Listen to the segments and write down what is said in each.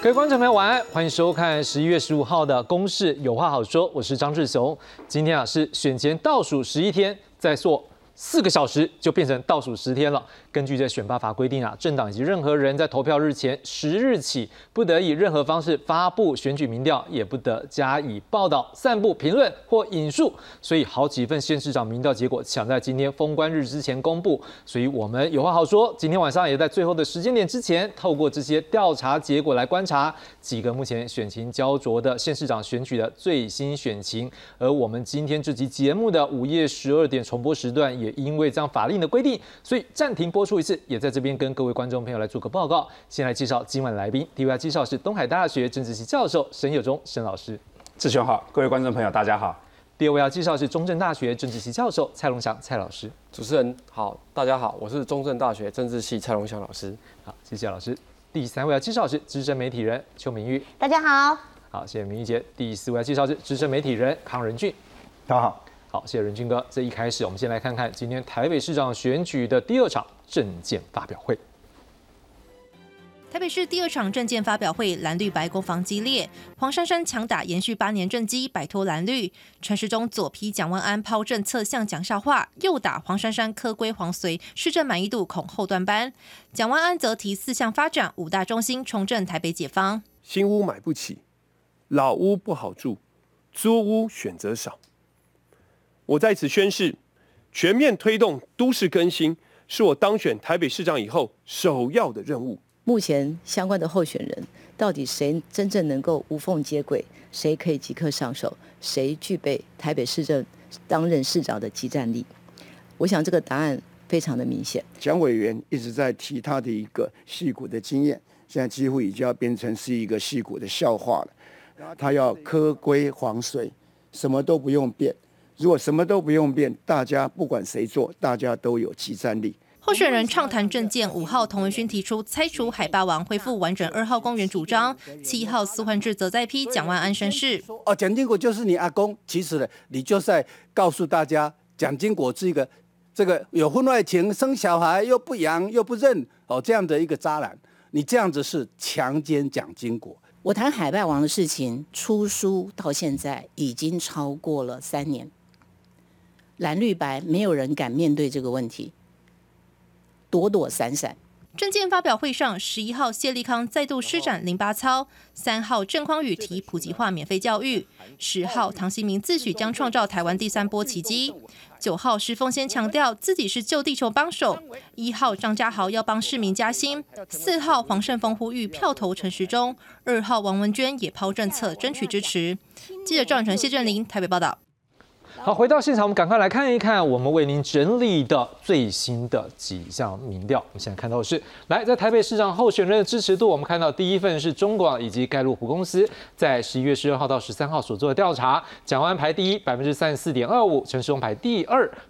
各位观众朋友，晚安，欢迎收看11月15号的《公视有话好说》，我是张志雄。今天是选前倒数11天，再做4个小时就变成倒数10天了。根据这选罢法规定政党以及任何人在投票日前10日起，不得以任何方式发布选举民调，也不得加以报道、散布、评论或引述。所以好几份县市长民调结果抢在今天封关日之前公布。所以我们有话好说，今天晚上也在最后的时间点之前，透过这些调查结果来观察几个目前选情焦灼的县市长选举的最新选情。而我们今天这集节目的午夜12点重播时段，也因为这样法令的规定，所以暂停播出一次，也在这边跟各位观众朋友来做个报告。先来介绍今晚来宾，第一位介绍是东海大学政治系教授沈有忠沈老师。 志雄好，各位观众朋友大家好。 第二位要介绍是中正大学政治系教授蔡龙祥蔡老师。 主持人好，大家好，我是中正大学政治系蔡龙祥老师。 好，谢谢老师。第三位要介绍是资深媒体人邱明玉。 大家好。 好，谢谢明玉姐。第四位要介绍是资深媒体人康仁俊。 大家好。 好，谢谢仁俊哥。这一开始，我们先来看看今天台北市长选举的第2场政见发表会。 台北市第2场政见发表会，蓝绿白攻防激烈，黄珊珊强打延续8年政绩，摆脱蓝绿；陈时中左批蒋万安抛政策像讲笑话，右打黄珊珊科规黄随，市政满意度恐后段班。蒋万安则提4项发展5大中心，重振台北解放。 新屋买不起，老屋不好住，租屋选择少。我在此宣誓，全面推动都市更新，是我当选台北市长以后首要的任务。 目前相关的候选人，到底谁真正能够无缝接轨？谁可以即刻上手？谁具备台北市政担任市长的即战力？我想这个答案非常的明显。 蒋委员一直在提他的一个矽谷的经验，现在几乎已经要变成是一个矽谷的笑话了。他要科规黄水，什么都不用变。如果什么都不用变，大家不管谁做，大家都有即战力。 候选人畅谈政见，5号童文勋提出拆除海霸王，恢复完整2号公园主张；7号苏焕智则在批蒋万安身世。 蒋经国就是你阿公，其实呢，你就是在告诉大家，蒋经国是一个这个有婚外情、生小孩又不养又不认这样的一个渣男，你这样子是强奸蒋经国。 我谈海霸王的事情，出书到现在已经超过了3年。蓝绿白没有人敢面对这个问题，躲躲闪闪。 政见发表会上，11号谢立康再度施展08操，3号郑匡宇提普及化免费教育，10号唐熙明自诩将创造台湾第3波奇迹，9号施凤仙强调自己是救地球帮手，1号张家豪要帮市民加薪，4号黄胜峰呼吁票投陈时中，2号王文娟也抛政策争取支持。记者赵远成、谢振林台北报道。 好，回到现场，我们赶快来看一看我们为您整理的最新的几项民调。我们现在看到的是，在台北市长候选人的支持度，我们看到第一份是中广以及盖洛普公司在11月12号到13号所做的调查，蒋万安排第一，34.25%，陈时中排第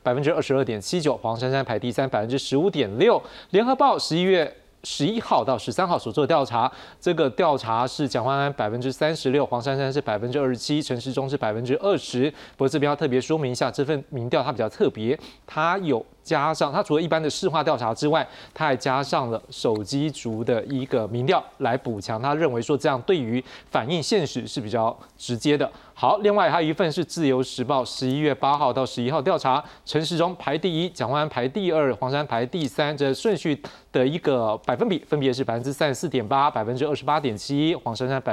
2，22.79%，黄珊珊排第3，15.6%。联合报11月11号到13号所做的调查，这个调查是蒋万安36%，黄珊珊是27%，陈时中是20%。不过这边要特别说明一下，这份民调它比较特别，它有加上它除了一般的市话调查之外，它还加上了手机族的一个民调来补强。他认为说这样对于反映现实是比较直接的。好，另外还有一份是自由时报11月8号到11号调查，陈时中排第1，蒋万安排第2，黄珊排第3，这顺序的一个百分比分别是34.8%、28.71%，黄珊珊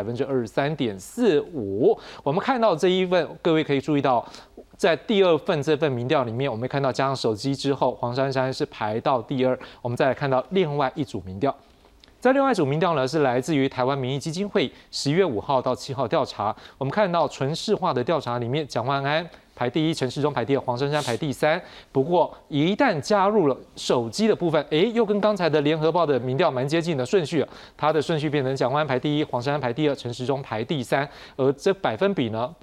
23.45%。我们看到这一份，各位可以注意到，在第2份这份民调里面，我们看到加上手机之后，黄珊珊是排到第2。我们再来看到另外一组民调。在另外一组民调呢，是来自于台湾民意基金会11月5号到7号调查。我们看到纯市话的调查里面，蒋万安排第1，陈时中排第2，黄珊珊排第3。不过一旦加入了手机的部分，又跟刚才的联合报的民调蛮接近的顺序，它的顺序变成蒋万安排第1，黄珊珊排第2，陈时中排第3。而这百分比呢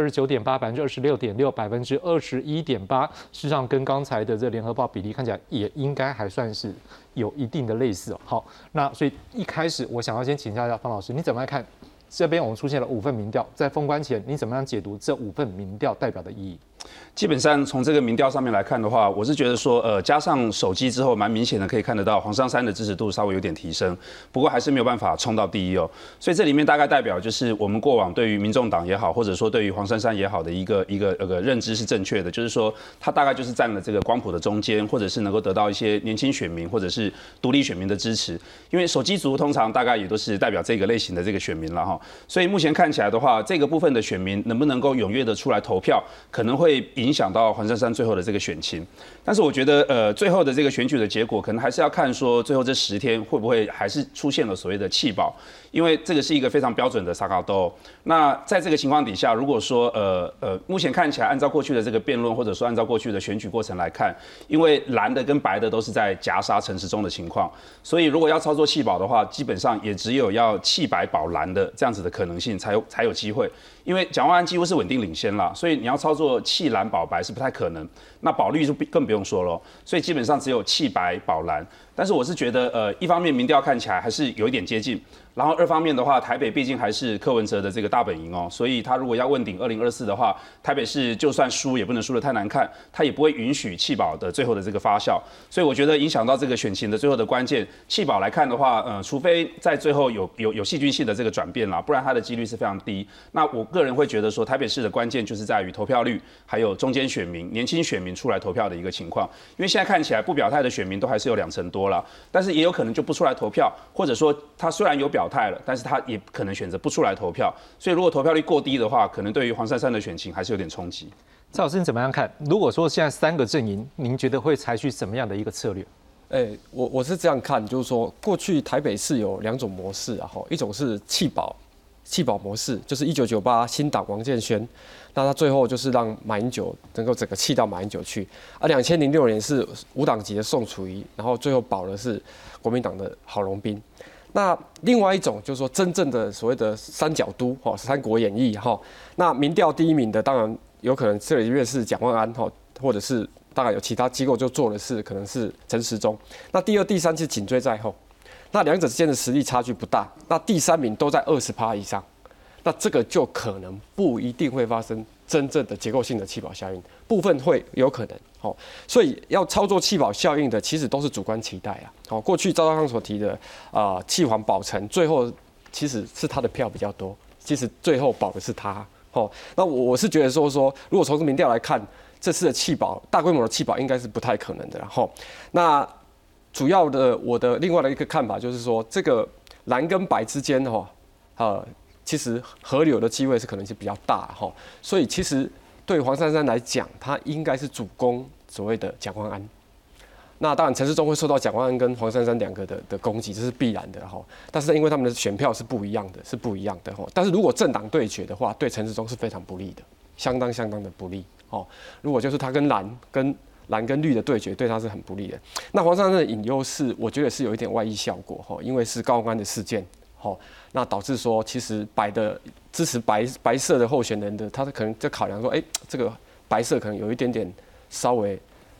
，29.8%、26.6%、21.8%，事实上跟刚才的这联合报比例看起来也应该还算是有一定的类似。好，那所以一开始我想要先请教一下方老师，你怎么来看？这边我们出现了5份民调，在封关前，你怎么样解读这5份民调代表的意义？ 基本上从这个民调上面来看的话，我是觉得说，加上手机之后，蛮明显的可以看得到黄珊珊的支持度稍微有点提升，不过还是没有办法冲到第一哦。所以这里面大概代表就是我们过往对于民众党也好，或者说对于黄珊珊也好的一个认知是正确的，就是说他大概就是占了这个光谱的中间，或者是能够得到一些年轻选民或者是独立选民的支持。因为手机族通常大概也都是代表这个类型的这个选民了哈。所以目前看起来的话，这个部分的选民能不能够踊跃的出来投票，可能会影响到黄珊珊最后的这个选情，但是我觉得最后的这个选举的结果，可能还是要看说最后这10天会不会还是出现了所谓的弃保，因为这个是一个非常标准的萨卡多。那在这个情况底下，如果说目前看起来按照过去的这个辩论，或者说按照过去的选举过程来看，因为蓝的跟白的都是在夹杀陈时中的情况，所以如果要操作弃保的话，基本上也只有要弃白保蓝的这样子的可能性才有机会。因为蒋万安几乎是稳定领先啦，所以你要操作弃蓝保白是不太可能，那保绿就更不用说了，所以基本上只有弃白保蓝。但是我是觉得，一方面民调看起来还是有一点接近，然后二方面的话，台北毕竟还是柯文哲的这个大本营哦，所以他如果要问鼎2024的话，台北市就算输也不能输得太难看，他也不会允许弃保的最后的这个发酵。所以我觉得影响到这个选情的最后的关键，弃保来看的话，除非在最后有戏剧性的这个转变啦，不然它的几率是非常低。那我个人会觉得说，台北市的关键就是在于投票率，还有中间选民、年轻选民出来投票的一个情况。因为现在看起来不表态的选民都还是有2成多啦，但是也有可能就不出来投票，或者说他虽然有表态了，但是他也可能选择不出来投票。所以如果投票率过低的话，可能对于黄珊珊的选情还是有点冲击。 蔡老师你怎么样看？如果说现在3个阵营，您觉得会采取什么样的一个策略？ 我是这样看，就是说过去台北市有2种模式啊，一种是弃保模式，就是1998新党王建煊，那他最后就是让马英九能够整个弃到马英九去，而2006年是无党籍的宋楚瑜，然后最后保的是国民党的郝龙斌。那另外一种就是说真正的所谓的三角都三国演义那民调第1名的当然有可能这里面是蒋万安或者是当然有其他机构就做的是可能是陈时中，那第2、第3是紧追在后。那2者之间的实力差距不大，那第3名都在20%以上，那这个就可能不一定会发生真正的结构性的弃保效应，部分会有可能所以要操作弃保效应的，其实都是主观期待啊过去赵少康所提的弃黄保陈，最后其实是他的票比较多，其实最后保的是他那我是觉得说如果从民调来看，这次的弃保大规模的弃保应该是不太可能的那主要的我的另外的一个看法就是说，这个蓝跟白之间其实合流的机会是可能是比较大所以其实对黄珊珊来讲，他应该是主攻所谓的蒋万安。那当然陈时中会受到蒋万安跟黄珊珊2个的攻击，这是必然的但是因为他们的选票是不一样的，但是如果政党对决的话，对陈时中是非常不利的，相当的不利如果就是他跟蓝跟绿的对决，对他是很不利的。那黄珊珊的隐忧是，我觉得是有一点外溢效果因为是高虹安的事件那导致说其实支持白色的候选人的，他可能在考量说，这个白色可能有一点点稍微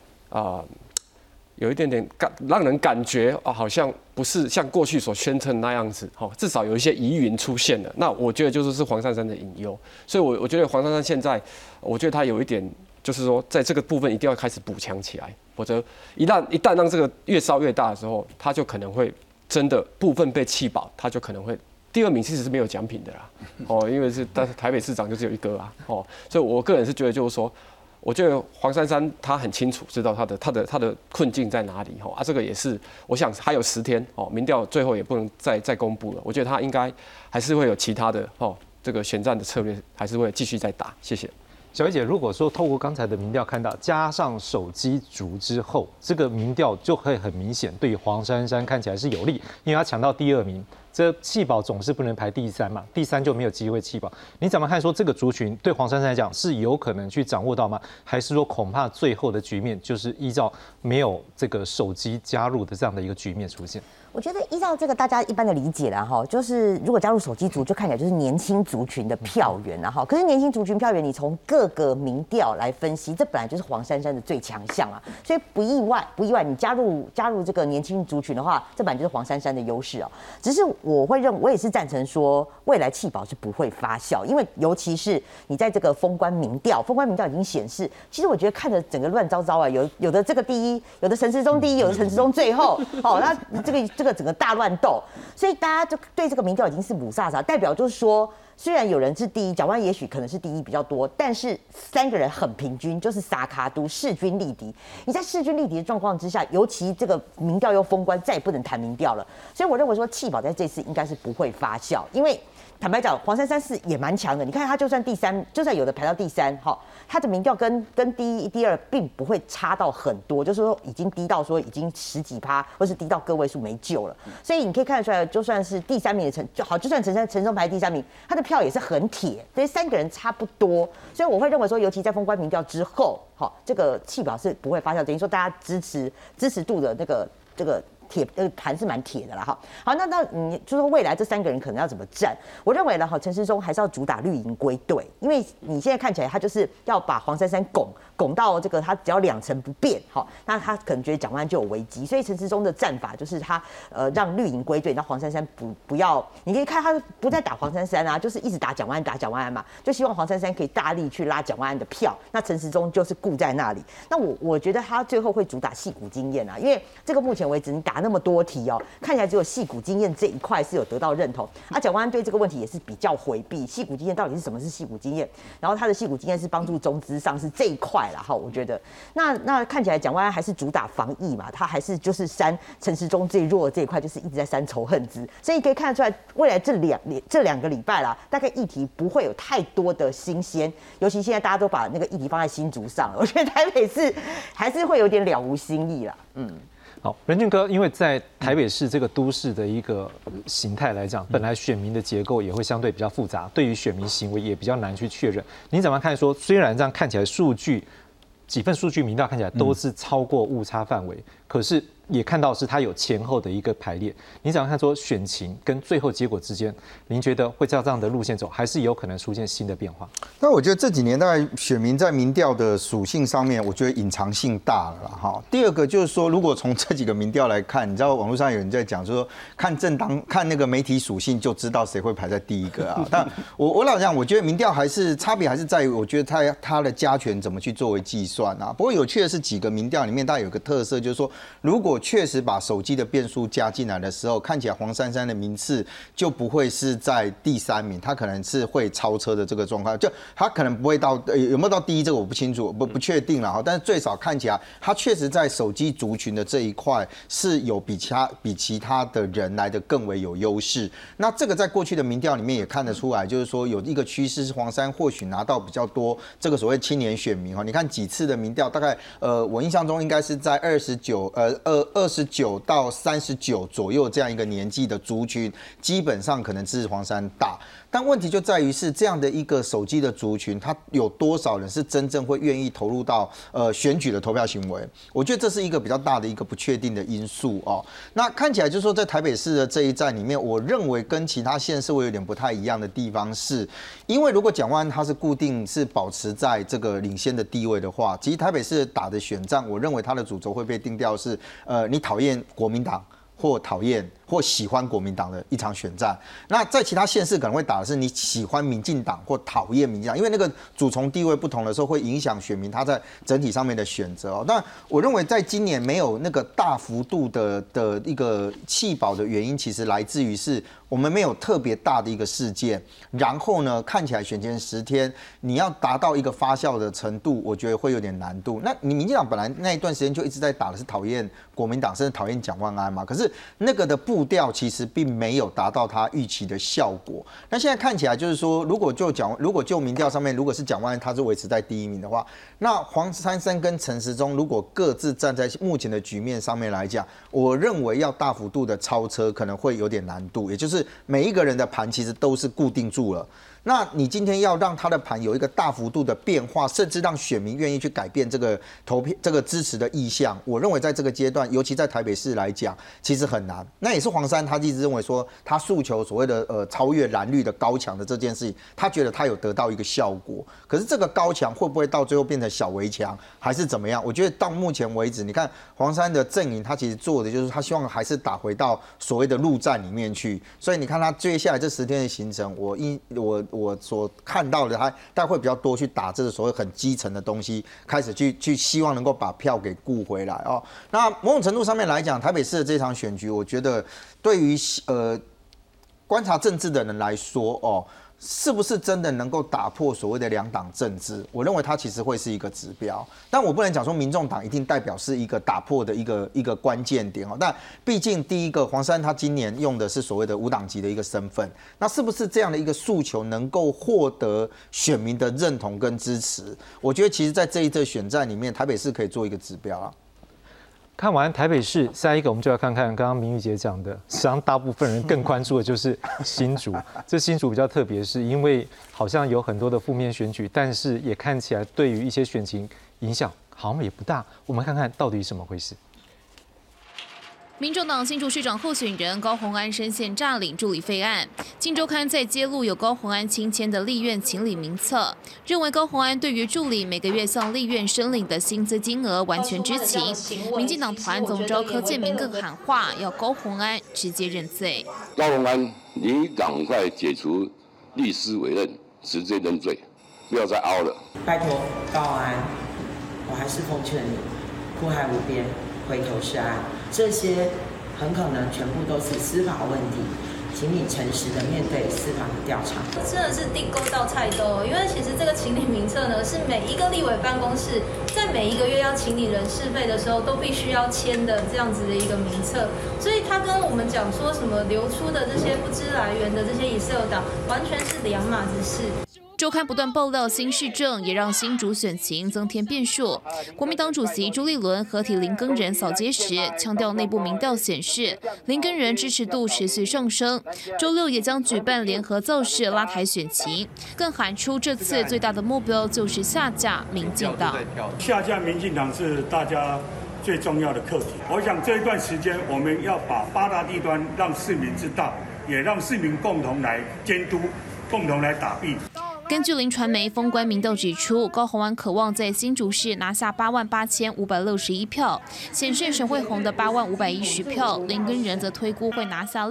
有一点点让人感觉好像不是像过去所宣称那样子至少有一些疑云出现了。那我觉得就是黄珊珊的隐忧，所以我觉得黄珊珊现在，我觉得他有一点。就是说，在这个部分一定要开始补强起来，否则一旦让这个越烧越大的时候，他就可能会真的部分被弃保，他就可能会第2名其实是没有奖品的啦，因为是台北市长就只有1个所以我个人是觉得就是说，我觉得黄珊珊她很清楚知道她的困境在哪里这个也是我想还有10天民调最后也不能再公布了，我觉得她应该还是会有其他的这个选战的策略还是会继续再打，谢谢。 小薇姐，如果说透过刚才的民调看到，加上手机族之后，这个民调就会很明显，对于黄珊珊看起来是有利，因为他抢到第2名，这弃保总是不能排第3嘛，第3就没有机会弃保。你怎么看说这个族群对黄珊珊来讲是有可能去掌握到吗？还是说恐怕最后的局面就是依照没有这个手机加入的这样的一个局面出现？ 我觉得依照这个大家一般的理解啦就是如果加入手机族，就看起来就是年轻族群的票源可是年轻族群票源，你从各个民调来分析，这本来就是黄珊珊的最强项所以不意外，你加入这个年轻族群的话，这本来就是黄珊珊的优势只是我也是赞成说，未来弃保是不会发酵，因为尤其是你在这个封关民调已经显示，其实我觉得看着整个乱糟糟啊，有的这个第一，有的陈时中第一，有的陈时中最后，那这个整个大乱斗，所以大家就对这个民调已经是母萨萨，代表就是说。虽然有人是第一，蒋万安也许可能是第一比较多，但是3个人很平均，就是撒卡都势均力敌。你在势均力敌的状况之下，尤其这个民调又封关，再也不能谈民调了。所以我认为说弃保在这次应该是不会发酵，因为坦白讲，黄珊珊是也蛮强的。你看他就算第3，就算有的排到第3，他的民调跟第1、第2并不会差到很多，就是说已经低到说已经10几%，或是低到个位数没救了。所以你可以看得出来，就算是第3名的就算陈时中排第3名，他的票也是很铁，所以3个人差不多。所以我会认为说，尤其在封关民调之后，这个弃保是不会发酵，等于说大家支持度的这个盘是蛮铁的啦哈。好，那你就说未来这3个人可能要怎么站？我认为呢，陈时中还是要主打绿营归队，因为你现在看起来他就是要把黄珊珊拱到这个他只要2成不变，那他可能觉得蒋万安就有危机，所以陈时中的战法就是他让绿营归队，那黄珊珊不要，你可以看他不再打黄珊珊啊，就是一直打蒋万安嘛，就希望黄珊珊可以大力去拉蒋万安的票，那陈时中就是顾在那里。那我觉得他最后会主打矽谷经验啊，因为这个目前为止你打那么多题看起来只有矽谷经验这一块是有得到认同，蒋万安对这个问题也是比较回避，矽谷经验到底是什么是矽谷经验，然后他的矽谷经验是帮助中资上市这一块啦哈，我觉得那看起来蒋万安还是主打防疫嘛，他还是就是删陈时中最弱的这一块，就是一直在删仇恨值，所以可以看得出来，未来这2个礼拜啦，大概议题不会有太多的新鲜，尤其现在大家都把那个议题放在新竹上了，我觉得台北市还是会有点了无新意啦， 好，仁俊哥，因为在台北市这个都市的一个形态来讲，本来选民的结构也会相对比较复杂，对于选民行为也比较难去确认。你怎么看说，虽然这样看起来几份数据民调看起来都是超过误差范围，可是也看到是它有前后的一个排列。你怎么看说选情跟最后结果之间，您觉得会照这样的路线走，还是有可能出现新的变化？ 那我觉得这几年大概选民在民调的属性上面，我觉得隐藏性大了哈。第二个就是说，如果从这几个民调来看，你知道网络上有人在讲说，看政党看那个媒体属性就知道谁会排在第一个啊。但我老实讲，我觉得民调还是差别还是在于，我觉得它的加权怎么去作为计算啊。不过有趣的是，几个民调里面，大概有个特色，就是说，如果确实把手机的变数加进来的时候，看起来黄珊珊的名次就不会是在第3名，他可能是会超车的这个状况，就他可能不会到有没有到第1，这个我不清楚，不确定了哈。但是最少看起来，他确实在手机族群的这一块是有比其他的人来的更为有优势。那这个在过去的民调里面也看得出来，就是说有一个趋势是黄珊或许拿到比较多这个所谓青年选民哈。你看几次的民调，大概我印象中应该是在29到39左右这样一个年纪的族群，基本上可能支持黄珊大。但问题就在于是这样的一个手机的族群，他有多少人是真正会愿意投入到选举的投票行为？我觉得这是一个比较大的一个不确定的因素哦。那看起来就是说，在台北市的这一站里面，我认为跟其他县市会有点不太一样的地方是，因为如果蒋万安他是固定是保持在这个领先的地位的话，其实台北市打的选战，我认为它的主轴会被定调是你讨厌国民党或讨厌或喜欢国民党的一场选战。那在其他县市可能会打的是你喜欢民进党或讨厌民进党，因为那个主从地位不同的时候，会影响选民他在整体上面的选择哦。但我认为在今年没有那个大幅度的一个弃保的原因，其实来自于是我们没有特别大的一个事件，然后呢，看起来选前10天你要达到一个发酵的程度，我觉得会有点难度。那你民进党本来那一段时间就一直在打的是讨厌国民党，甚至讨厌蒋万安嘛，可是那个的步调其实并没有达到他预期的效果。那现在看起来就是说，如果就民调上面，如果是蒋万安他是维持在第1名的话，那黄珊珊跟陈时中如果各自站在目前的局面上面来讲，我认为要大幅度的超车可能会有点难度，也就是每一个人的盘其实都是固定住了。 那你今天要让他的盘有一个大幅度的变化，甚至让选民愿意去改变这个投票、这个支持的意向，我认为在这个阶段，尤其在台北市来讲，其实很难。那也是黄珊他一直认为说，他诉求所谓的超越蓝绿的高墙的这件事情，他觉得他有得到一个效果。可是这个高墙会不会到最后变成小围墙，还是怎么样？我觉得到目前为止，你看黄珊的阵营，他其实做的就是他希望还是打回到所谓的陆战里面去。所以你看他接下来这10天的行程，我所看到的，他大概会比较多去打这个所谓很基层的东西，开始去希望能够把票给顾回来哦。那某种程度上面来讲，台北市的这场选举，我觉得对于观察政治的人来说哦。是不是真的能够打破所谓的2党政治？我认为它其实会是一个指标，但我不能讲说民众党一定代表是一个打破的一个关键点哦。但毕竟第一个，黄珊他今年用的是所谓的无党籍的一个身份，那是不是这样的一个诉求能够获得选民的认同跟支持？我觉得其实在这一次选战里面，台北市可以做一个指标啊。 看完台北市，下一个我们就要看看刚刚明玉姐讲的，实际上大部分人更关注的就是新竹。这新竹比较特别，是因为好像有很多的负面选举，但是也看起来对于一些选情影响好像也不大。我们看看到底怎么回事。 民众党新竹市长候选人高虹安深陷诈领助理费案，今周刊在揭露有高虹安亲签的立院情理名册，认为高虹安对于助理每个月向立院申领的薪资金额完全知情。民进党团总召柯建铭更喊话，要高虹安直接认罪。 高虹安，你赶快解除律师委任，直接认罪，不要再凹了。 拜托高虹安，我还是奉劝你，苦海无边，回头是岸。这些很可能全部都是司法问题，请你诚实的面对司法的调查。 真的是地沟到菜豆，因为其实这个情理名册呢，是每一个立委办公室在每一个月要请你人事费的时候，都必须要签的这样子的一个名册，所以他跟我们讲说什么流出的这些不知来源的这些以色列党，完全是两码子事。 周刊不断爆料新市政，也让新竹选情增添变数。国民党主席朱立伦合体林耕仁扫街时，强调内部民调显示林耕仁支持度持续上升。周六也将举办联合造势拉抬选情，更喊出这次最大的目标就是下架民进党。 下架民进党是大家最重要的课题。我想这一段时间，我们要把8大地段让市民知道，也让市民共同来监督，共同来打弊。 根据林传媒封关民调指出，高虹安渴望在新竹市拿下88561票，险胜沈慧虹的85110票。林耕仁则推估会拿下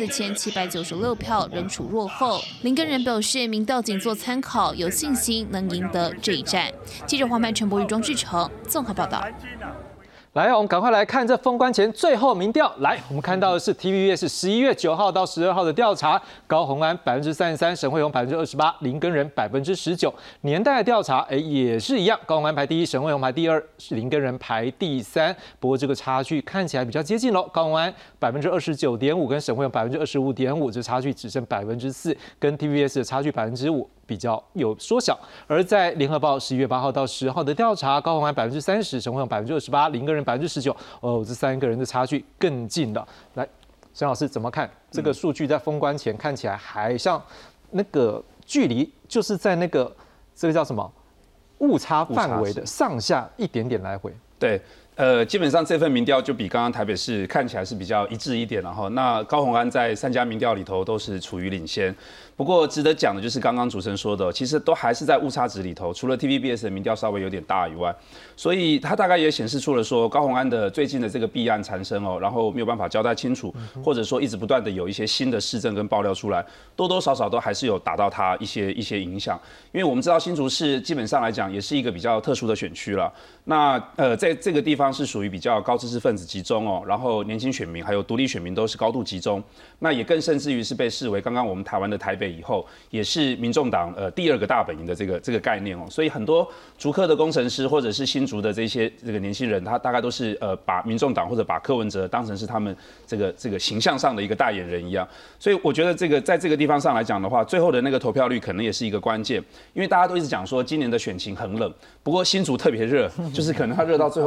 64796票，仍处落后。林耕仁表示，民调仅做参考，有信心能赢得这一战。记者黄曼、陈柏宇、庄志成综合报道。 来，我们赶快来看这封关前最后民调。来，我们看到的是 TVBS 11月9号到12号的调查，高虹安33%，沈慧虹28%，林耕仁19%。年代的调查，也是一样，高虹安排第一，沈慧虹排第二，林耕仁排第三。不过这个差距看起来比较接近喽，高虹安29.5%，跟沈慧虹25.5%，这差距只剩4%，跟 TVBS 的差距5%。比较有缩小，而在联合报11月8号到10号的调查，高虹安30%，沈慧虹28%，林耕仁19%，这3个人的差距更近了。来，沈老师怎么看这个数据？在封关前看起来还像那个距离，就是在那个这个叫什么误差范围的上下一点点来回。 对。基本上这份民调就比刚刚台北市看起来是比较一致一点，然后那高虹安在3家民调里头都是处于领先。不过值得讲的就是刚刚主持人说的，其实都还是在误差值里头，除了 TVBS 的民调稍微有点大以外，所以它大概也显示出了说高虹安的最近的这个弊案缠身然后没有办法交代清楚，或者说一直不断的有一些新的事证跟爆料出来，多多少少都还是有打到他一些影响。因为我们知道新竹市基本上来讲也是一个比较特殊的选区了，那在这个地方是属于比较高知识分子集中然后年轻选民还有独立选民都是高度集中，那也更甚至于是被视为刚刚我们台湾的台北以后，也是民众党第2个大本营的这个概念所以很多竹科的工程师或者是新竹的这个年轻人，他大概都是把民众党或者把柯文哲当成是他们这个形象上的一个代言人一样，所以我觉得在这个地方上来讲的话，最后的那个投票率可能也是一个关键，因为大家都一直讲说今年的选情很冷，不过新竹特别热，就是可能它热到最后一刻。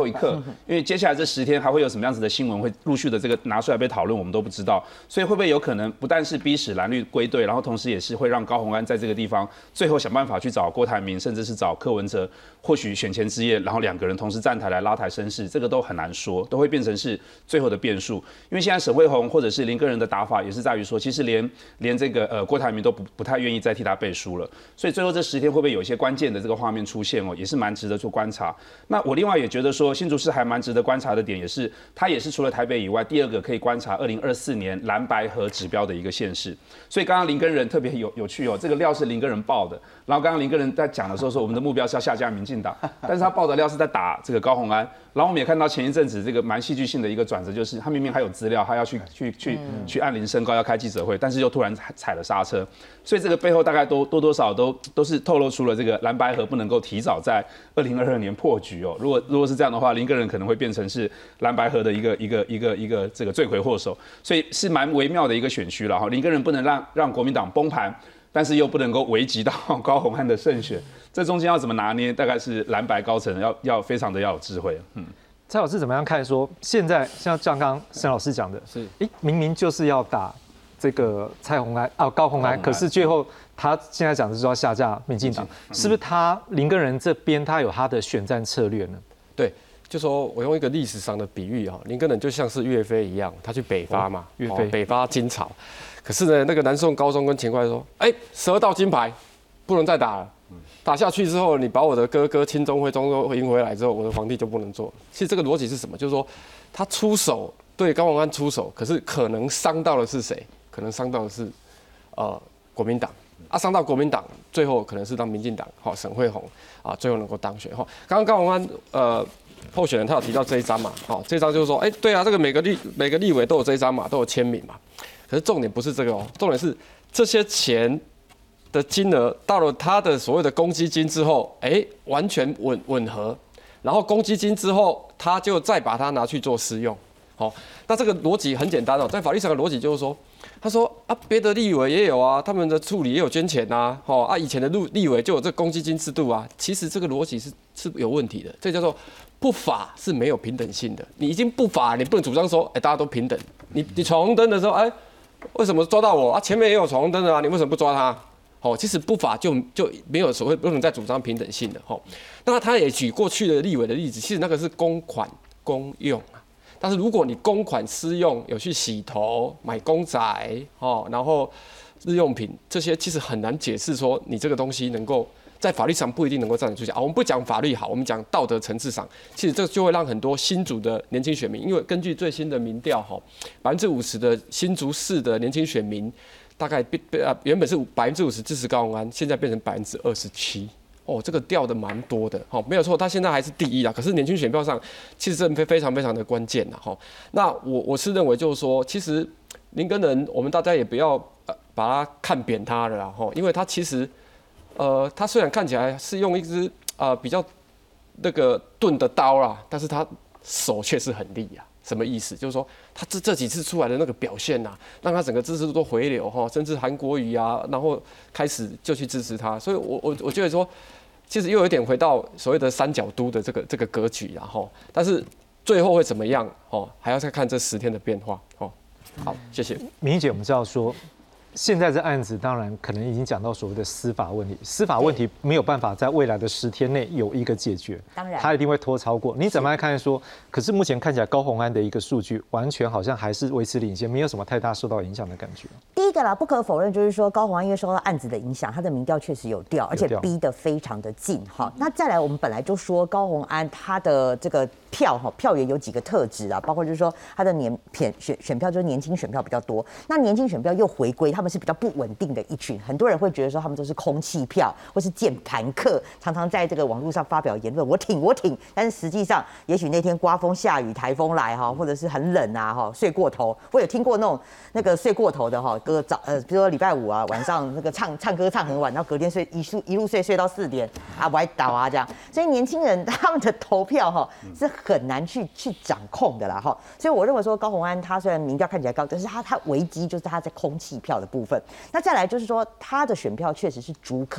因为接下来这10天还会有什么样子的新闻会陆续的这个拿出来被讨论，我们都不知道。所以会不会有可能不但是逼使蓝绿归队，然后同时也是会让高虹安在这个地方最后想办法去找郭台铭，甚至是找柯文哲，或许选前之夜，然后2个人同时站台来拉抬声势，这个都很难说，都会变成是最后的变数。因为现在沈慧虹或者是林耕仁的打法也是在于说，其实连这个郭台铭都不太愿意再替他背书了。所以最后这10天会不会有一些关键的这个画面出现哦，也是蛮值得做观察。那我另外也觉得说，新竹市还蛮值得观察的点，也是它也是除了台北以外第2个可以观察2024年蓝白合指标的一个县市。所以刚刚林耕仁特别有趣哦，这个料是林耕仁报的。然后刚刚林耕仁在讲的时候说，我们的目标是要下架民进党，但是他报的料是在打这个高虹安。然后我们也看到前一阵子这个蛮戏剧性的一个转折，就是他明明还有资料，他要去按铃申告要开记者会，但是又突然踩了刹车。所以这个背后大概多多少都是透露出了这个蓝白合不能够提早在2022年破局哦。如果是这样的话，林耕仁可能会变成是蓝白合的一个这个罪魁祸首，所以是蛮微妙的一个选区了哈。林耕仁不能让国民党崩盘，但是又不能够危及到高虹安的胜选，这中间要怎么拿捏，大概是蓝白高层要非常的要有智慧。 蔡老师怎么样看说，现在像刚刚沈老师讲的，是明明就是要打这个高虹安，可是最后他现在讲的是要下架民进党，是不是他林耕仁这边他有他的选战策略呢？ 对，就说我用一个历史上的比喻哈，林耕仁就像是岳飞一样，他去北伐嘛，北伐金朝。可是呢，那个南宋高宗跟秦桧说：“12道金牌，不能再打了。打下去之后，你把我的哥哥钦宗、徽宗都赢回来之后，我的皇帝就不能做。”其实这个逻辑是什么？就是说，他出手对高虹安出手，可是可能伤到的是谁？可能伤到的是国民党啊，伤到国民党，最后可能是让民进党沈慧虹啊最后能够当选哈。刚刚高虹安候选人他有提到这一张嘛，这一张就是说，对啊，这个每个立委都有这一张嘛，都有签名嘛。可是重点不是这个哦，重点是这些钱的金额到了他的所谓的公积金之后，完全吻合，然后公积金之后，他就再把它拿去做私用。那这个逻辑很简单哦，在法律上的逻辑就是说，他说啊，别的立委也有啊，他们的处理也有捐钱啊，以前的立委就有这公积金制度啊。其实这个逻辑是有问题的，这叫做不法是没有平等性的。你已经不法，你不能主张说，大家都平等。你闯红灯的时候，为什么抓到我啊？前面也有闯红灯的啊，你为什么不抓他？其实不法就没有所谓不能再主张平等性的。那他也举过去的立委的例子，其实那个是公款公用啊。但是如果你公款私用，有去洗头、买公仔，然后日用品这些，其实很难解释说你这个东西能够在法律上不一定能够站得住脚。我们不讲法律好，我们讲道德层次上，其实这就会让很多新竹的年轻选民，因为根据最新的民调，50%的新竹市的年轻选民，大概原本是50%支持高虹安，现在变成27%。这个掉的蛮多的，没有错，他现在还是第一啦。可是年轻选票上，其实这非常非常的关键啦，那我是认为就是说，其实林耕仁，我们大家也不要把他看扁他了啦，因为他其实，他虽然看起来是用一支比较那个钝的刀啦，但是他手却是很利啊。什么意思？就是说他这几次出来的那个表现啊，让他整个支持度都回流甚至韩国瑜啊，然后开始就去支持他，所以我觉得说，其实又有点回到所谓的三角都的这个格局啦但是最后会怎么样还要再看这10天的变化好，谢谢。 明仪姐，我们知道说，现在这案子当然可能已经讲到所谓的司法问题，司法问题没有办法在未来的10天内有一个解决， 当然， 它一定会拖超过。你怎么来看说？可是目前看起来高虹安的一个数据，完全好像还是维持领先，没有什么太大受到影响的感觉。 第一个啦，不可否认就是说高虹安因为受到案子的影响，他的民调确实有掉，而且逼得非常的近那再来，我们本来就说高虹安他的这个票源有几个特质啊，包括就是说他的选票就是年轻选票比较多，那年轻选票又回归，他们是比较不稳定的一群，很多人会觉得说他们都是空气票或是键盘客，常常在这个网络上发表言论，我挺，但是实际上也许那天刮风下雨、台风来或者是很冷啊睡过头，我有听过那个睡过头的歌比如说礼拜五啊晚上那个唱歌唱很晚，然后隔天一路睡到4点啊歪倒啊这样，所以年轻人他们的投票是很难去掌控的啦所以我认为说高虹安他虽然民调看起来高，但是他危机就是他在空气票的部分。那再来就是说他的选票确实是竹科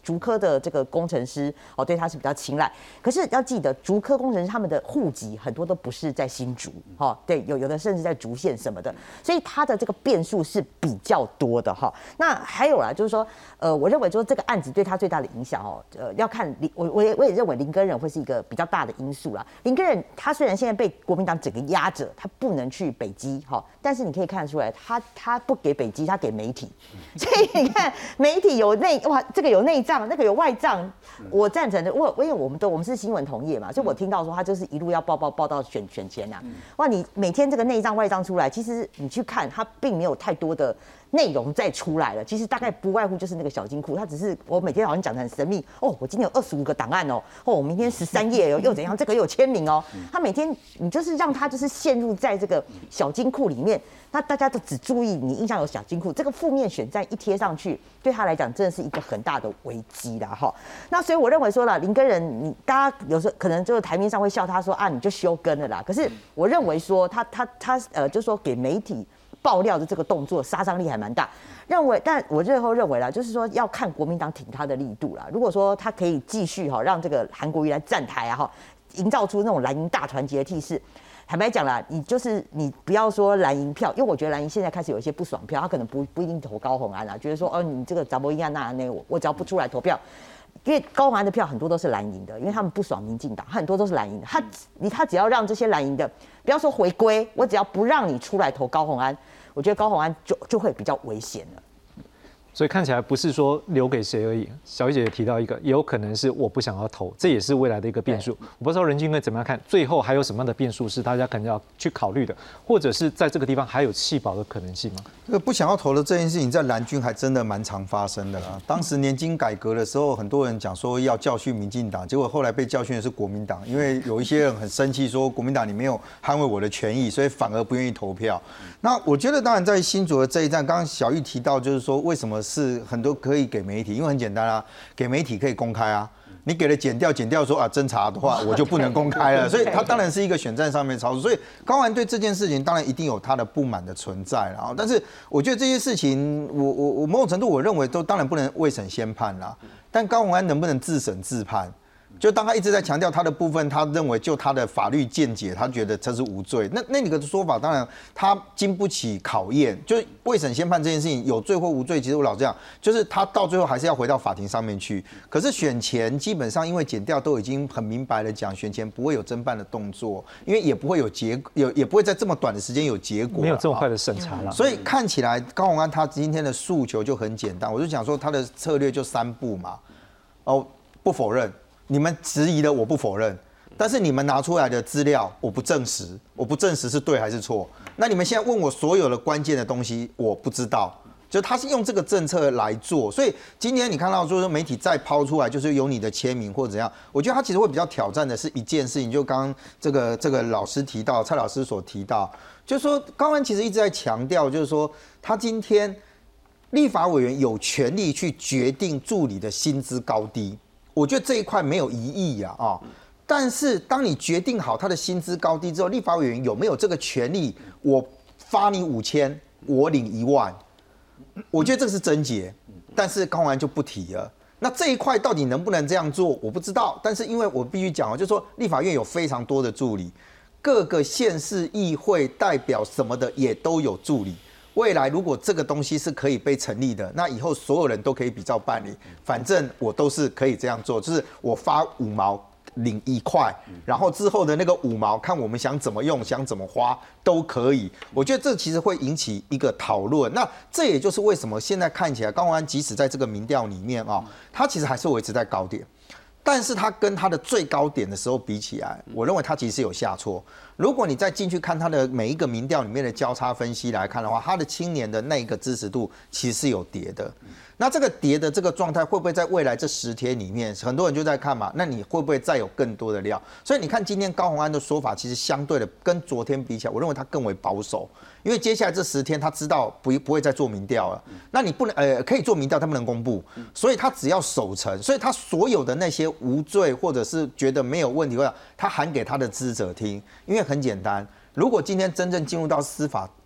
竹科的这个工程师哦，对他是比较青睐。可是要记得，竹科工程师他们的户籍很多都不是在新竹，哈，对，有的甚至在竹县什么的，所以他的这个变数是比较多的哈。那还有啦，就是说，我认为说这个案子对他最大的影响哦，要看我也认为林耕仁会是一个比较大的因素啦。林耕仁他虽然现在被国民党整个压着，他不能去北基哈，但是你可以看得出来，他不给北基，他给媒体，所以你看媒体有这个有内账，那个有外账，我赞成的。因为我们是新闻同业嘛，所以我听到说他就是一路要报到选前啊，哇，你每天这个内账外账出来，其实你去看，他并没有太多的内容再出来了，其实大概不外乎就是那个小金库，它只是我每天好像讲得很神秘哦，我今天有25个档案哦，我明天13页又怎样，这个又有签名哦，他每天你就是让他就是陷入在这个小金库里面，那大家都只注意你印象有小金库，这个负面选战一贴上去，对他来讲真的是一个很大的危机啦哈。那所以我认为说了，林耕仁大家有时候可能就是台面上会笑他说啊你就休耕了啦，可是我认为说他就是说给媒体爆料的这个动作杀伤力还蛮大，但我最后认为啦，就是说要看国民党挺他的力度啦。如果说他可以继续让这个韩国瑜来站台啊营造出那种蓝营大团结的气势。坦白讲啦，你不要说蓝营票，因为我觉得蓝营现在开始有一些不爽票，他可能不一定投高虹安啦，觉得说你这个查某囝那我只要不出来投票。因为高虹安的票很多都是蓝营的，因为他们不爽民进党，很多都是蓝营的。他只要让这些蓝营的，不要说回归，我只要不让你出来投高虹安，我觉得高虹安就会比较危险了。 所以看起来不是说留给谁而已。小玉姐也提到一个，也有可能是我不想要投，这也是未来的一个变数。我不知道任军哥怎么样看，最后还有什么样的变数是大家可能要去考虑的，或者是在这个地方还有弃保的可能性吗？ 这个不想要投的这件事情，在蓝军还真的蛮常发生的啦。当时年金改革的时候，很多人讲说要教训民进党，结果后来被教训的是国民党，因为有一些人很生气，说国民党你没有捍卫我的权益，所以反而不愿意投票。那我觉得，当然在新竹的这一站，刚刚小玉提到，就是说为什么是很多可以给媒体，因为很简单啊，给媒体可以公开啊。你给了检调说啊侦查的话，我就不能公开了，所以它当然是一个选战上面的操作。所以高虹安对这件事情当然一定有他的不满的存在啦。但是我觉得这些事情，我某种程度我认为都当然不能未审先判啦。但高虹安能不能自审自判？就当他一直在强调他的部分，他认为就他的法律见解，他觉得这是无罪。那你个说法，当然他经不起考验。就是未审先判这件事情，有罪或无罪，其实我老这样，就是他到最后还是要回到法庭上面去。可是选前基本上，因为检调都已经很明白的讲，选前不会有侦办的动作，因为也不会也不会在这么短的时间有结果， 没有这么快的审查了。 所以看起来高虹安他今天的诉求就很简单，我就讲说他的策略就3步嘛，不否认。你们质疑的我不否认，但是你们拿出来的资料我不证实，我不证实是对还是错。那你们现在问我所有的关键的东西，我不知道。就他是用这个政策来做，所以今天你看到说媒体再抛出来，就是有你的签名或怎样，我觉得他其实会比较挑战的是一件事情，就刚刚这个老师提到，蔡老师所提到，就是说高虹安其实一直在强调，就是说他今天立法委员有权利去决定助理的薪资高低。我觉得这一块没有疑义啊，但是当你决定好他的薪资高低之后，立法委员有没有这个权利？我发你5000，我领1万，我觉得这个是症结，但是高虹安就不提了。那这一块到底能不能这样做，我不知道。但是因为我必须讲就是说立法院有非常多的助理，各个县市议会代表什么的也都有助理。未来如果这个东西是可以被成立的，那以后所有人都可以比照办理，反正我都是可以这样做，就是我发5毛领1块，然后之后的那个5毛看我们想怎么用，想怎么花都可以。我觉得这其实会引起一个讨论。那这也就是为什么现在看起来高虹安即使在这个民调里面他其实还是维持在高点。但是他跟他的最高点的时候比起来，我认为他其实有下挫。如果你再进去看他的每一个民调里面的交叉分析来看的话，他的青年的那个支持度其实是有跌的。那这个跌的这个状态会不会在未来这10天里面，很多人就在看嘛？那你会不会再有更多的料？所以你看今天高虹安的说法，其实相对的跟昨天比起来，我认为他更为保守，因为接下来这10天他知道不会再做民调了。那你不能可以做民调，他不能公布，所以他只要守成，所以他所有的那些无罪或者是觉得没有问题，他喊给他的支持者听，因为很简单，如果今天真正进入到司法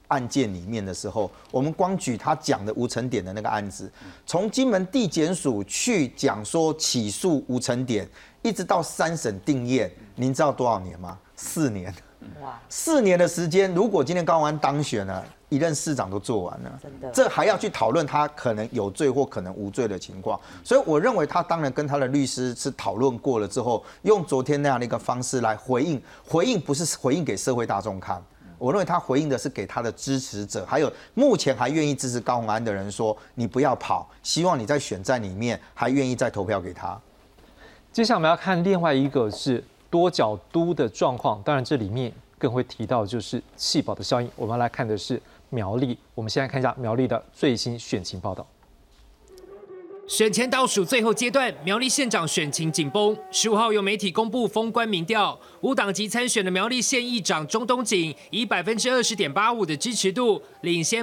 案件里面的时候，我们光举他讲的吴成典的那个案子，从金门地检署去讲说起诉吴成典，一直到3审定谳，您知道多少年吗？4年。哇，4年的时间，如果今天高虹安当选了，一任市长都做完了，真的，这还要去讨论他可能有罪或可能无罪的情况。所以我认为他当然跟他的律师是讨论过了之后，用昨天那样的一个方式来回应，回应不是回应给社会大众看。我认为他回应的是给他的支持者，还有目前还愿意支持高虹安的人说，你不要跑，希望你在选战里面还愿意再投票给他。 接下来我们要看另外一个是多角都的状况，当然这里面更会提到就是弃保的效应。我们来看的是苗栗，我们现在看一下苗栗的最新选情报道。 选前倒数最后阶段，苗栗县长选情紧绷。15号由媒体公布封关民调，无党籍参选的苗栗县议长钟东锦以20.85%的支持度，领先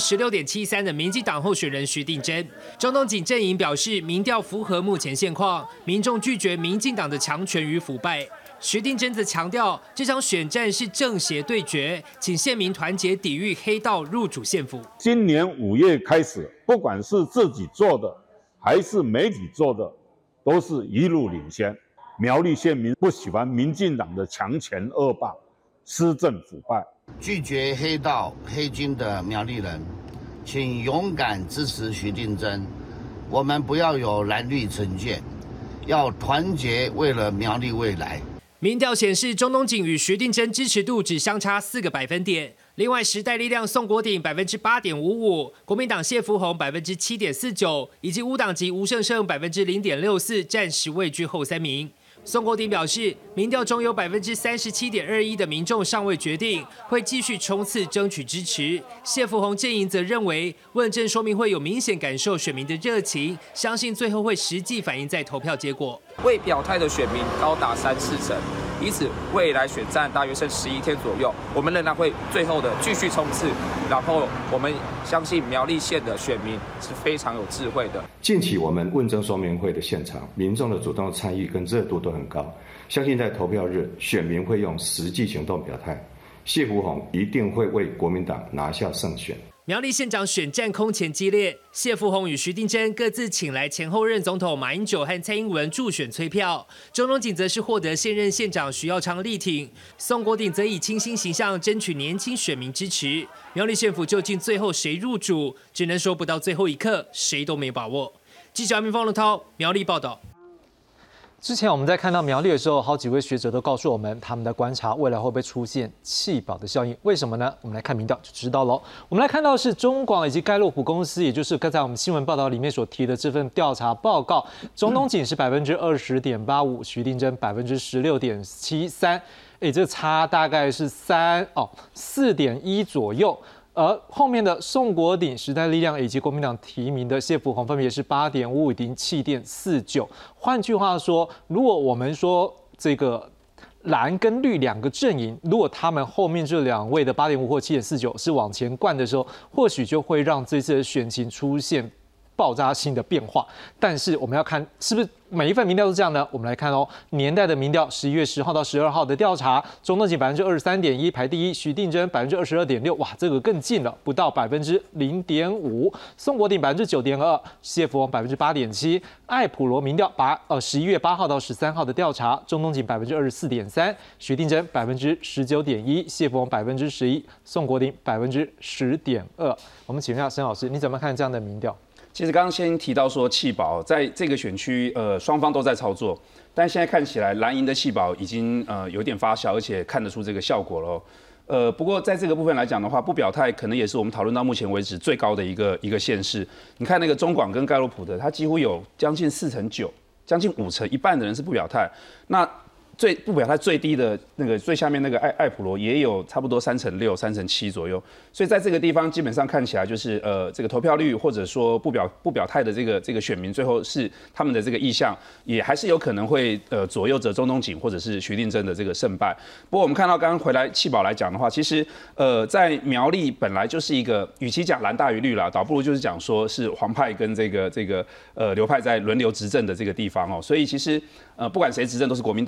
16.73%的民进党候选人徐定琛。钟东锦阵营表示，民调符合目前现况，民众拒绝民进党的强权与腐败。徐定琛则强调，这场选战是正邪对决，请县民团结抵御黑道入主县府。 今年5月开始，不管是自己做的，还是媒体做的，都是一路领先。苗栗县民不喜欢民进党的强权恶霸、施政腐败， 拒绝黑道黑金的苗栗人，请勇敢支持徐定琛。我们不要有蓝绿成见，要团结，为了苗栗未来。 民调显示，钟东锦与徐定琛支持度只相差4个百分点。另外，时代力量宋国鼎8.55%，国民党谢福弘7.49%，以及无党籍吴胜胜0.64%，暂时位居后3名。宋国鼎表示，民调中有37.21%的民众尚未决定，会继续冲刺争取支持。谢福弘阵营则认为，问政说明会有明显感受选民的热情，相信最后会实际反映在投票结果。 未表态的选民高达3-4成，因此未来选战大约剩11天左右，我们仍然会最后的继续冲刺。然后我们相信苗栗县的选民是非常有智慧的。 近期我们问政说明会的现场，民众的主动参与跟热度都很高，相信在投票日，选民会用实际行动表态。谢福弘一定会为国民党拿下胜选。 苗栗县长选战空前激烈，谢福弘与徐定琛各自请来前后任总统马英九和蔡英文助选催票，钟东锦则是获得现任县长徐耀昌力挺，宋国鼎则以清新形象争取年轻选民支持。苗栗县府究竟最后谁入主，只能说不到最后一刻，谁都没把握。记者民方龙涛苗栗报道。 之前我们在看到苗栗的时候，好几位学者都告诉我们，他们的观察未来会不会出现弃保的效应？为什么呢？我们来看民调就知道喽。我们来看到是中广以及盖洛普公司，也就是刚才我们新闻报道里面所提的这份调查报告，钟东锦是20.85%，徐定琛16.73%，这差大概是4.1左右。而后面的宋国鼎、时代力量以及国民党提名的谢福弘分别是8.55以及7.49。换句话说，如果我们说这个蓝跟绿两个阵营，如果他们后面这2位的8.5或7.49是往前灌的时候，或许就会让这次的选情出现爆炸性的变化。但是我们要看是不是每一份民调都这样呢？我们来看哦，年代的民调，11月10号到12号的调查，钟东锦23.1%排第一，徐定琛22.6%，哇，这个更近了，不到0.5%。宋国鼎9.2%，谢福弘8.7%。艾普罗民调11月8号到13号的调查，钟东锦24.3%，徐定琛19.1%，谢福弘11%，宋国鼎10.2%。我们请问一下申老师，你怎么看这样的民调？ 其实刚刚先提到说弃保在这个选区，双方都在操作，但现在看起来蓝营的弃保已经有点发酵，而且看得出这个效果了。不过在这个部分来讲的话，不表态可能也是我们讨论到目前为止最高的一个县市。你看那个中广跟盖洛普的，它几乎有将近9%，将近50%，一半的人是不表态。那最不表态最低的那个最下面那个艾普罗也有差不多6%、7%左右，所以在这个地方基本上看起来就是这个投票率或者说不表态的这个选民，最后是他们的这个意向也还是有可能会左右着钟东锦或者是徐定琛的这个胜败。不过我们看到刚刚回来弃保来讲的话，其实在苗栗本来就是一个与其讲蓝大于绿啦，倒不如就是讲说是黄派跟这个流派在轮流执政的这个地方哦，所以其实不管谁执政都是国民党。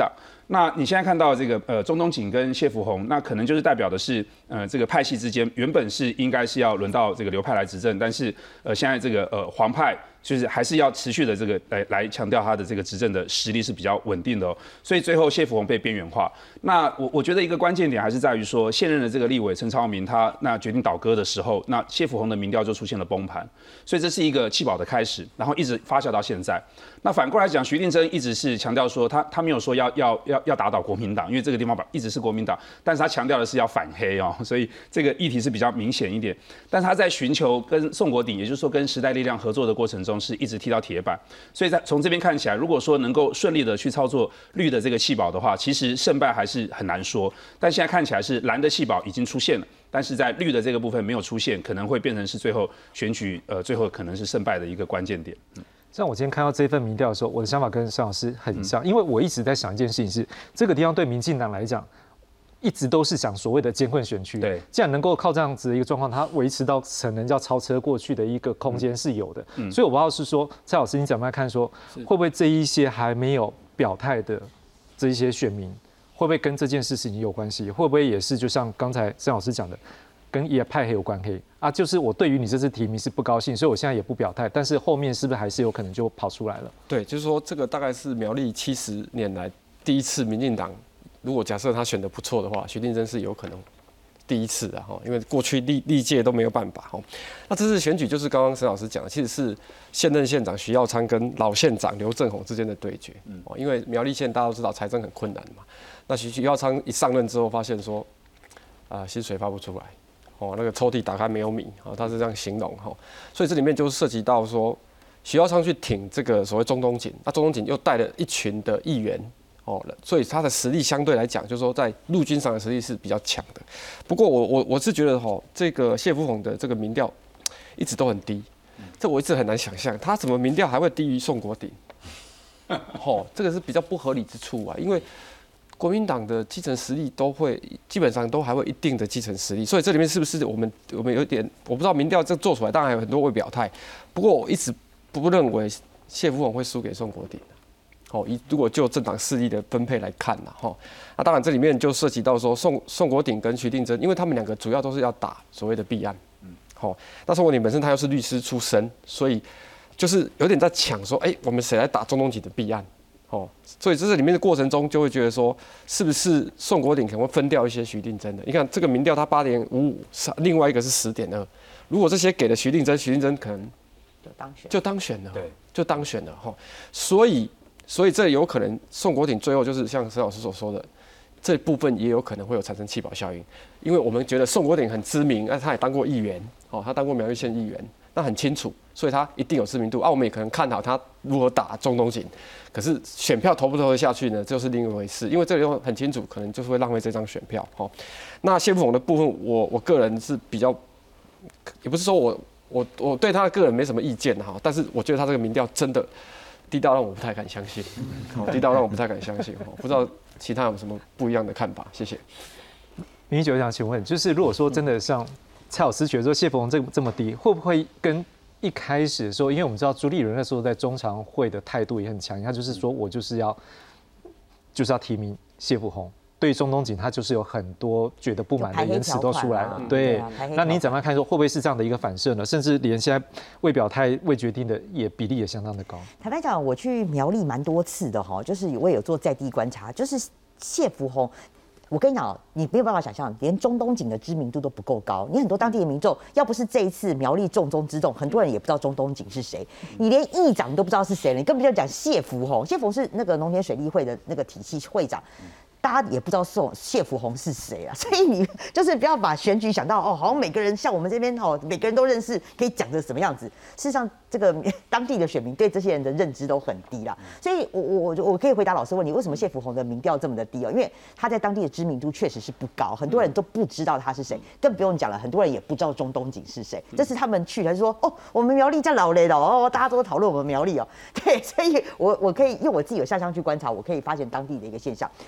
那你现在看到这个中东锦跟谢福洪，那可能就是代表的是这个派系之间原本是应该是要轮到这个流派来执政，但是现在这个黄派就是还是要持续的这个来强调他的这个执政的实力是比较稳定的哦，所以最后谢福洪被边缘化。那我觉得一个关键点还是在于说，现任的这个立委陈超明他那决定倒戈的时候，那谢福洪的民调就出现了崩盘，所以这是一个弃保的开始，然后一直发酵到现在。那反过来讲，徐定琛一直是强调说他没有说要打倒国民党，因为这个地方一直是国民党，但是他强调的是要反黑哦，所以这个议题是比较明显一点。但是他在寻求跟宋国鼎，也就是说跟时代力量合作的过程中，是一直踢到铁板。所以从这边看起来，如果说能够顺利的去操作绿的这个弃保的话，其实胜败还是很难说。但现在看起来是蓝的弃保已经出现了，但是在绿的这个部分没有出现，可能会变成是最后选举最后可能是胜败的一个关键点。 像我今天看到这份民调的时候，我的想法跟尚老师很像，因为我一直在想一件事情是，这个地方对民进党来讲，一直都是想所谓的艰困选区。对，既然能够靠这样子的一个状况，它维持到可能叫超车过去的一个空间是有的。所以我不知道是说，蔡老师你怎么看说，会不会这一些还没有表态的这一些选民，会不会跟这件事情有关系？会不会也是就像刚才郑老师讲的？跟也派黑有关黑啊，就是我对于你这次提名是不高兴，所以我现在也不表态，但是后面是不是还是有可能就跑出来了？ 对，就是说这个大概是苗栗70年来第一次民进党，如果假设他选得不错的话，徐定琛是有可能第一次的哈，因为过去历届都没有办法哈。那这次选举就是刚刚沈老师讲的，其实是现任县长徐耀昌跟老县长刘正宏之间的对决。因为苗栗县大家都知道财政很困难嘛，那徐耀昌一上任之后发现说，薪水发不出来。那个抽屉打开没有米，他是这样形容哈，所以这里面就涉及到说，徐耀昌去挺这个所谓中东锦，那中东锦又带了一群的议员，所以他的实力相对来讲，就是说在陆军上的实力是比较强的。不过我是觉得这个谢福洪的这个民调一直都很低，这我一直很难想象，他怎么民调还会低于宋国鼎？这个是比较不合理之处啊，因为国民党的基层实力基本上都还会一定的基层实力，所以这里面是不是我们有点我不知道民调这做出来，当然还有很多未表态，不过我一直不认为谢福洪会输给宋国鼎。如果就政党势力的分配来看那当然这里面就涉及到说宋国鼎跟徐定琛，因为他们两个主要都是要打所谓的弊案，那宋国鼎本身他又是律师出身，所以就是有点在抢说，我们谁来打中东锦的弊案？所以这里面的过程中就会觉得说，是不是宋国鼎可能会分掉一些徐定琛的？你看这个民调他8.55，另外一个是10.2，如果这些给了徐定琛可能就当选了，对，就当选了哈。所以这有可能宋国鼎最后就是像沈老师所说的，这部分也有可能会有产生弃保效应，因为我们觉得宋国鼎很知名，他也当过议员，他当过苗栗县议员，那很清楚，所以他一定有知名度。我们也可能看好他如何打中东锦，可是选票投不投得下去呢，就是另一回事。因为这里很清楚，可能就是会浪费这张选票。那谢福洪的部分，我个人是比较，也不是说我对他的个人没什么意见哈，但是我觉得他这个民调真的低到让我不太敢相信，低到让我不太敢相信。不知道其他有什么不一样的看法？谢谢。 明九想请问，就是如果说真的像蔡老师觉得说谢福洪这么低，会不会跟一开始的时候，因为我们知道朱立伦那时候在中常会的态度也很强硬，他就是说我就是要提名谢福洪。对于中东锦，他就是有很多觉得不满的言辞都出来了。对，那你怎么看说会不会是这样的一个反射呢？甚至连现在未表态、未决定的比例也相当的高。 坦白讲，我去苗栗蛮多次的哈，就是我也有做在地观察，就是谢福洪。我跟你讲，你没有办法想象，连中东锦的知名度都不够高。你很多当地的民众，要不是这一次苗栗重中之重，很多人也不知道中东锦是谁。你连议长都不知道是谁了，你更不要讲谢福洪。谢福洪是那个农田水利会的那个体系会长。大家也不知道谢福洪是谁啊，所以你就是不要把选举想到好像每个人像我们这边每个人都认识，可以讲成什么样子。事实上，这个当地的选民对这些人的认知都很低啦。所以我可以回答老师问题，为什么谢福洪的民调这么的低因为他在当地的知名度确实是不高，很多人都不知道他是谁，更不用讲了，很多人也不知道中东锦是谁。这是他们去还是说我们苗栗叫老雷了大家都讨论我们苗栗对，所以我可以因为我自己有下乡去观察，我可以发现当地的一个现象。那坦白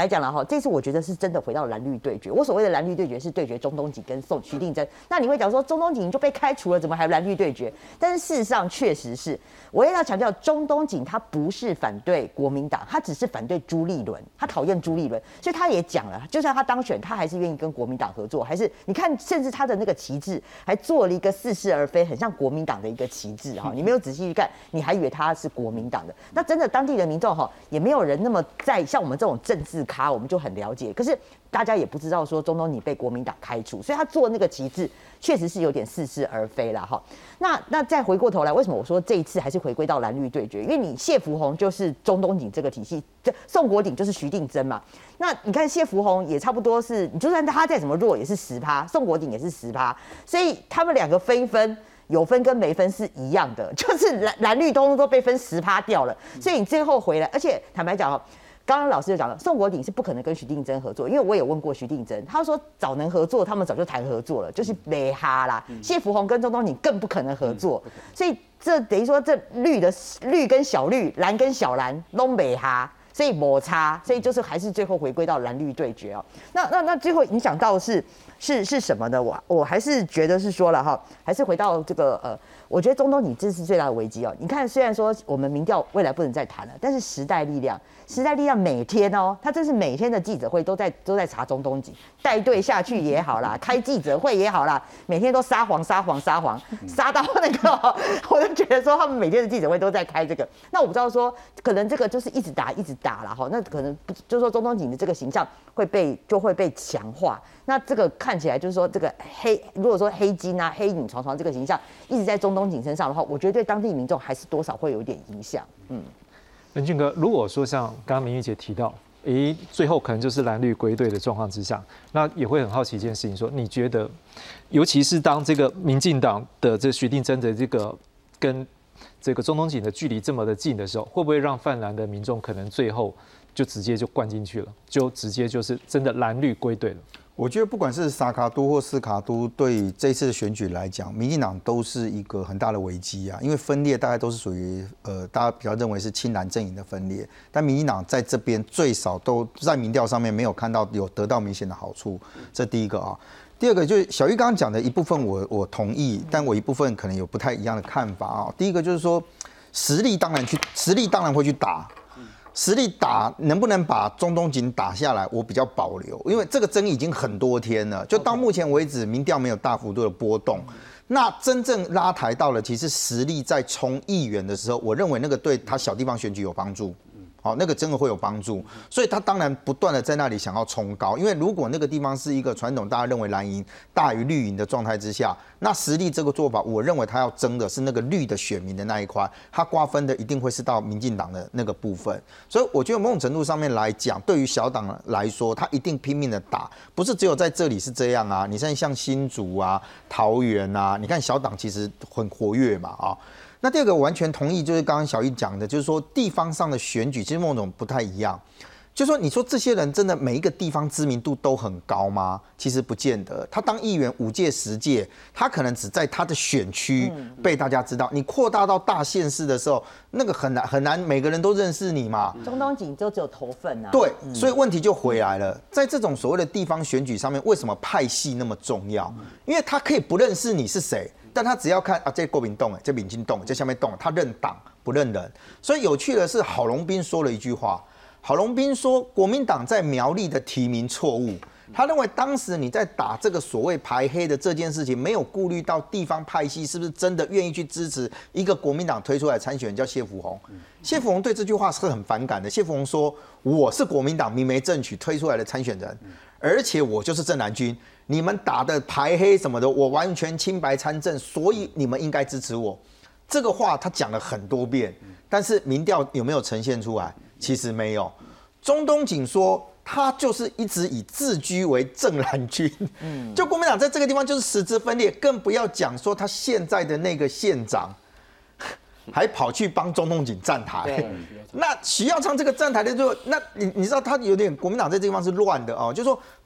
白讲了哈，这次我觉得是真的回到蓝绿对决。我所谓的蓝绿对决是对决中东锦跟徐定珍。那你会讲说中东锦就被开除了，怎么还有蓝绿对决？但是事实上确实是，我也要强调，中东锦他不是反对国民党，他只是反对朱立伦，他讨厌朱立伦，所以他也讲了，就算他当选，他还是愿意跟国民党合作，还是你看，甚至他的那个旗帜还做了一个似是而非，很像国民党的一个旗帜哈。你没有仔细去看，你还以为他是国民党的。那真的当地的民众哈，也没有人那么像我们这种政治咖，我们就很了解。可是大家也不知道说中东锦被国民党开除，所以他做那个旗帜确实是有点似是而非啦哈。那再回过头来，为什么我说这一次还是回归到蓝绿对决？因为你谢福洪就是中东锦这个体系，宋国鼎就是徐定珍嘛。那你看谢福洪也差不多是，你就算他再怎么弱也是10%，宋国鼎也是10%，所以他们两个分一分。有分跟没分是一样的，就是蓝绿都被分10%掉了，所以你最后回来，而且坦白讲哦，刚刚老师就讲了，宋国鼎是不可能跟徐定珍合作，因为我也问过徐定珍，他说早能合作，他们早就谈合作了，就是没哈啦。谢福洪跟中东锦更不可能合作，所以这等于说这绿跟小绿，蓝跟小蓝都没哈。所以摩擦，所以就是还是最后回归到蓝绿对决哦。那最后影响到是什么呢？我还是觉得是说了哈，还是回到这个我觉得中东锦这是最大的危机哦。你看，虽然说我们民调未来不能再谈了，但是时代力量每天哦，他真是每天的记者会都在查中东锦，带队下去也好啦，开记者会也好啦，每天都撒谎，杀到那个，我就觉得说他们每天的记者会都在开这个。那我不知道说，可能这个就是一直打啦哈，那可能就是说中东锦的这个形象会被强化。那这个看起来就是说，这个如果说黑金啊、黑影床这个形象一直在中东锦身上的话，我觉得对当地民众还是多少会有一点影响。 任俊哥，如果说像刚刚明玉姐提到，最后可能就是蓝绿归队的状况之下，那也会很好奇一件事情，说你觉得，尤其是当这个民进党的这徐定珍的这个跟这个中东锦的距离这么的近的时候，会不会让泛蓝的民众可能最后就直接就灌进去了，就直接就是真的蓝绿归队了？ 我觉得不管是萨卡都或斯卡都，对这次的选举来讲，民进党都是一个很大的危机啊。因为分裂大概都是属于大家比较认为是亲蓝阵营的分裂，但民进党在这边最少都在民调上面没有看到有得到明显的好处，这第一个啊。第二个就是小玉刚刚讲的一部分我同意，但我一部分可能有不太一样的看法啊。第一个就是说，实力当然会去打。实力打能不能把中东锦打下来，我比较保留，因为这个争议已经很多天了，就到目前为止，民调没有大幅度的波动。那真正拉抬到了，其实实力在冲议员的时候，我认为那个对他小地方选举有帮助。好，那个真的会有帮助，所以他当然不断的在那里想要冲高，因为如果那个地方是一个传统大家认为蓝营大于绿营的状态之下，那实力这个做法，我认为他要争的是那个绿的选民的那一块，他瓜分的一定会是到民进党的那个部分，所以我觉得某种程度上面来讲，对于小党来说，他一定拼命的打，不是只有在这里是这样啊，你像新竹啊、桃园啊，你看小党其实很活跃嘛啊。那第二个我完全同意，就是刚刚小玉讲的，就是说地方上的选举其实某种不太一样。就是说，你说这些人真的每一个地方知名度都很高吗？其实不见得。他当议员5届10届，他可能只在他的选区被大家知道。你扩大到大县市的时候，那个很难每个人都认识你嘛。 中东锦就只有头份啊。 对，所以问题就回来了，在这种所谓的地方选举上面，为什么派系那么重要？因为他可以不认识你是谁。但他只要看啊，这国民党这民进党这下面党，他认党不认人。所以有趣的是，郝龙斌说了一句话，郝龙斌说国民党在苗栗的提名错误，他认为当时你在打这个所谓排黑的这件事情，没有顾虑到地方派系是不是真的愿意去支持一个国民党推出来的参选人叫谢福洪。谢福洪对这句话是很反感的。谢福洪说：“我是国民党明媒正娶推出来的参选人，而且我就是郑南军。你们打的排黑什么的，我完全清白参政，所以你们应该支持我。”这个话他讲了很多遍，但是民调有没有呈现出来？其实没有。中东锦说他就是一直以自居为正蓝军，就国民党在这个地方就是实质分裂，更不要讲说他现在的那个县长还跑去帮中东锦站台。那徐耀昌这个站台的时候，那你知道他有点国民党在这个地方是乱的哦，就是说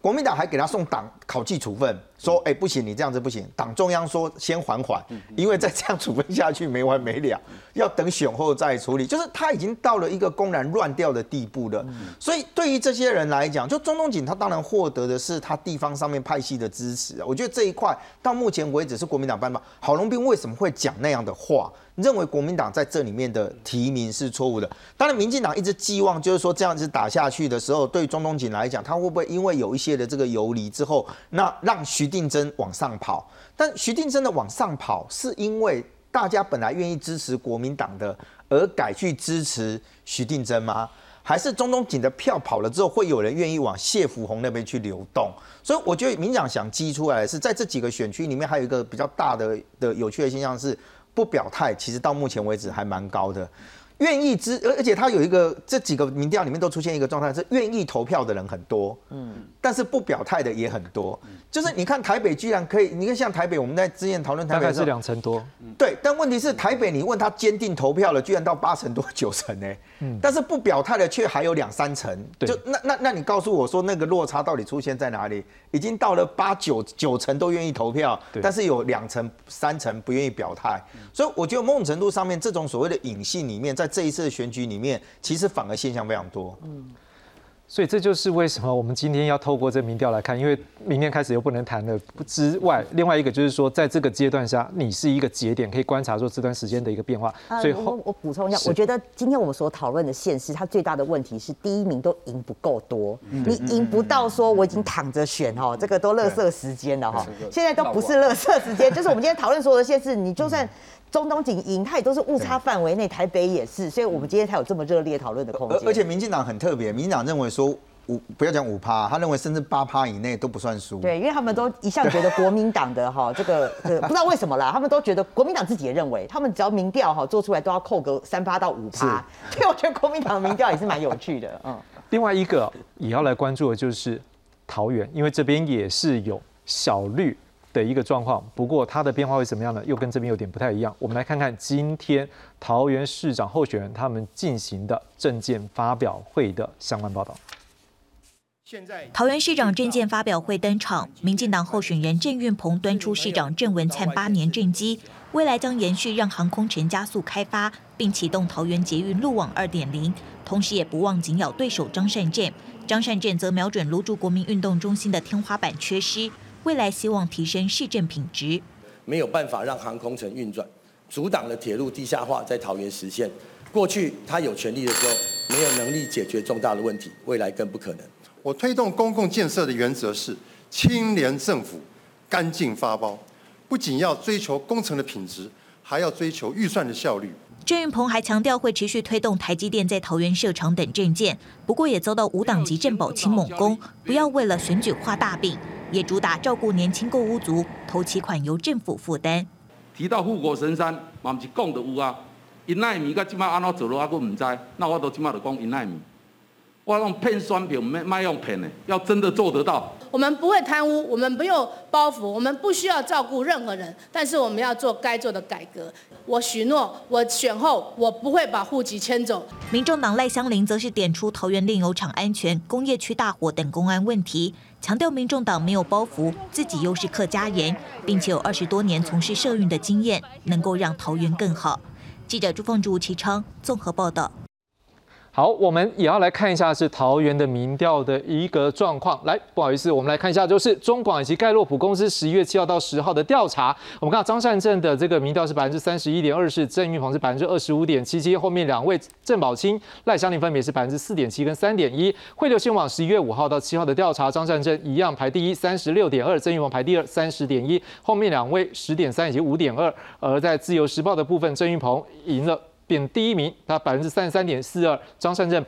国民党还给他送党考纪处分，说不行，你这样子不行。党中央说先缓缓，因为再这样处分下去没完没了，要等选后再处理。就是他已经到了一个公然乱掉的地步了。所以对于这些人来讲，就中东锦他当然获得的是他地方上面派系的支持。我觉得这一块到目前为止是国民党办法。郝龙斌为什么会讲那样的话？认为国民党在这里面的提名是错误的。当然，民进党一直寄望就是说这样子打下去的时候，对中东锦来讲，他会不会因为有一些的这个游离之后，那让徐定琛往上跑？但徐定琛的往上跑，是因为大家本来愿意支持国民党的，而改去支持徐定琛吗？还是中东锦的票跑了之后，会有人愿意往谢福洪那边去流动？所以我觉得民进党想激出来的是，在这几个选区里面，还有一个比较大的有趣的现象是，不表态，其实到目前为止还蛮高的。愿意而且他有一个这几个民调里面都出现一个状态，是愿意投票的人很多，但是不表态的也很多。就是你看台北居然可以，你看像台北，我们在之前讨论台北大概是2成多， 对。但问题是台北，你问他坚定投票了，居然到8成多9成呢，但是不表态的却还有2、3成。就那你告诉我说那个落差到底出现在哪里？已经到了8、9成都愿意投票，但是有2成、3成不愿意表态。所以我觉得某种程度上面，这种所谓的隐性里面，在这一次的选举里面，其实反而现象非常多。 所以这就是为什么我们今天要透过这民调来看，因为明天开始又不能谈了之外，另外一个就是说，在这个阶段下，你是一个节点，可以观察说这段时间的一个变化。所以我补充一下，我觉得今天我们所讨论的县市，它最大的问题是第一名都赢不够多，你赢不到说我已经躺着选哈，这个都垃圾时间了哈，现在都不是垃圾时间，就是我们今天讨论所有的县市，你就算中东锦赢，它也都是误差范围内，台北也是，所以我们今天才有这么热烈讨论的空间。 而且民进党很特别，民进党认为说不要讲5%，他认为甚至8%以内都不算输。 对，因为他们都一向觉得国民党的哈这个不知道为什么啦，他们都觉得国民党自己也认为，他们只要民调哈做出来都要扣个3%到5%，所以我觉得国民党的民调也是蛮有趣的。 另外一个也要来关注的就是桃园，因为这边也是有小绿的一个状况，不过它的变化会怎么样呢？又跟这边有点不太一样。我们来看看今天桃园市长候选人他们进行的政见发表会的相关报道。 桃园市长政见发表会登场，民进党候选人郑运鹏端出市长郑文灿8年政绩，未来将延续让航空城加速开发，并启动桃园捷运路网2.0，同时也不忘紧咬对手张善政。张善政则瞄准芦竹国民运动中心的天花板缺失，未来希望提升市政品质。 没有办法让航空城运转，阻挡了铁路地下化在桃园实现。过去他有权利的时候，没有能力解决重大的问题，未来更不可能。 我推动公共建设的原则是清廉政府、干净发包，不仅要追求工程的品质，还要追求预算的效率。 郑运鹏还强调会持续推动台积电在桃园设厂等政见，不过也遭到无党籍郑宝清猛攻，不要为了选举画大饼，也主打照顾年轻购屋族，头期款由政府负担。 提到护国神山，嘛不是讲就有啊，因奈米甲即马安怎做落啊，我唔知，那我都即马就讲因奈米。我用骗选票，卖用骗的，要真的做得到。 我们不会贪污，我们没有包袱，我们不需要照顾任何人，但是我们要做该做的改革。我许诺，我选后我不会把户籍迁走。 民众党赖香伶则是点出桃园炼油厂安全、工业区大火等公安问题，强调民众党没有包袱，自己又是客家人，并且有20多年从事社运的经验，能够让桃园更好。记者朱凤竹、吴其昌综合报道。 好，我们也要来看一下是桃园的民调的一个状况。来，不好意思，我们来看一下，就是中广以及盖洛普公司11月7号到10号的调查。我们看到张善政的这个民调是31.24%，郑运鹏是25.77%，后面2位郑宝清、赖香伶分别是4.7%跟3.1%。汇流新闻网11月5号到7号的调查，张善政一样排第一，36.2%，郑运鹏排第二，30.1%，后面2位10.3%以及5.2%。而在自由时报的部分，郑运鹏赢了，变第一名，他33.42%，张善政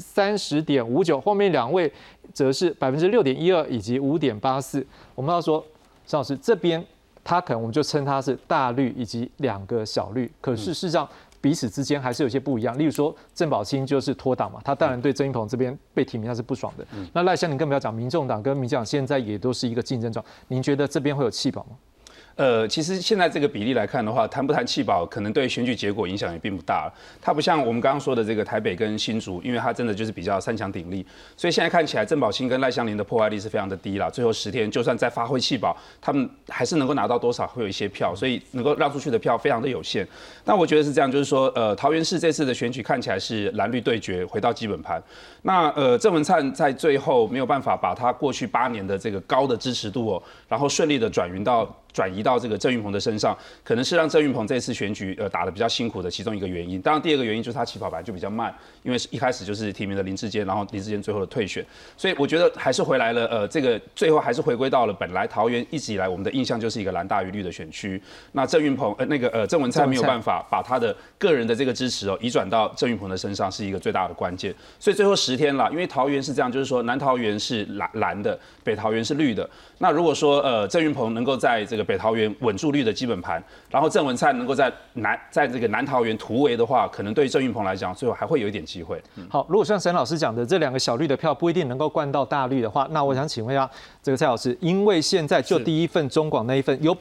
30.59%，后面2位则是6.12%以及5.84%。我们要说，张老师这边他可能我们就称他是大绿以及2个小绿，可是事实上彼此之间还是有些不一样。例如说郑宝清就是脱党嘛，他当然对郑运鹏这边被提名他是不爽的。那赖香伶更不要讲，民众党跟民进党现在也都是一个竞争状，您觉得这边会有弃保吗？ 其实现在这个比例来看的话，谈不谈弃保，可能对选举结果影响也并不大。它不像我们刚刚说的这个台北跟新竹，因为它真的就是比较三强鼎立，所以现在看起来郑宝清跟赖香伶的破坏力是非常的低啦。最后10天，就算再发挥弃保，他们还是能够拿到多少，会有一些票，所以能够让出去的票非常的有限。但我觉得是这样，就是说，桃园市这次的选举看起来是蓝绿对决，回到基本盘。那郑文灿在最后没有办法把他过去8年的这个高的支持度然后顺利的转移到这个郑运鹏的身上，可能是让郑运鹏这次选举打得比较辛苦的其中一个原因。当然，第二个原因就是他起跑本来就比较慢，因为一开始就是提名了林智坚，然后林智坚最后的退选，所以我觉得还是回来了。这个最后还是回归到了本来桃园一直以来我们的印象就是一个蓝大于绿的选区。那郑运鹏郑文灿没有办法把他的个人的这个支持移转到郑运鹏的身上，是一个最大的关键。所以最后10天啦，因为桃园是这样，就是说南桃园是蓝的，北桃园是绿的。那如果说郑运鹏能够在这个北桃园稳住绿的基本盘，然后郑文灿能够在这个南桃园突围的话，可能对于郑运鹏来讲，最后还会有一点机会。 好，如果像沈老师讲的，这2个小绿的票不一定能够灌到大绿的话，那我想请问一下这个蔡老师，因为现在就第一份中广那一份，有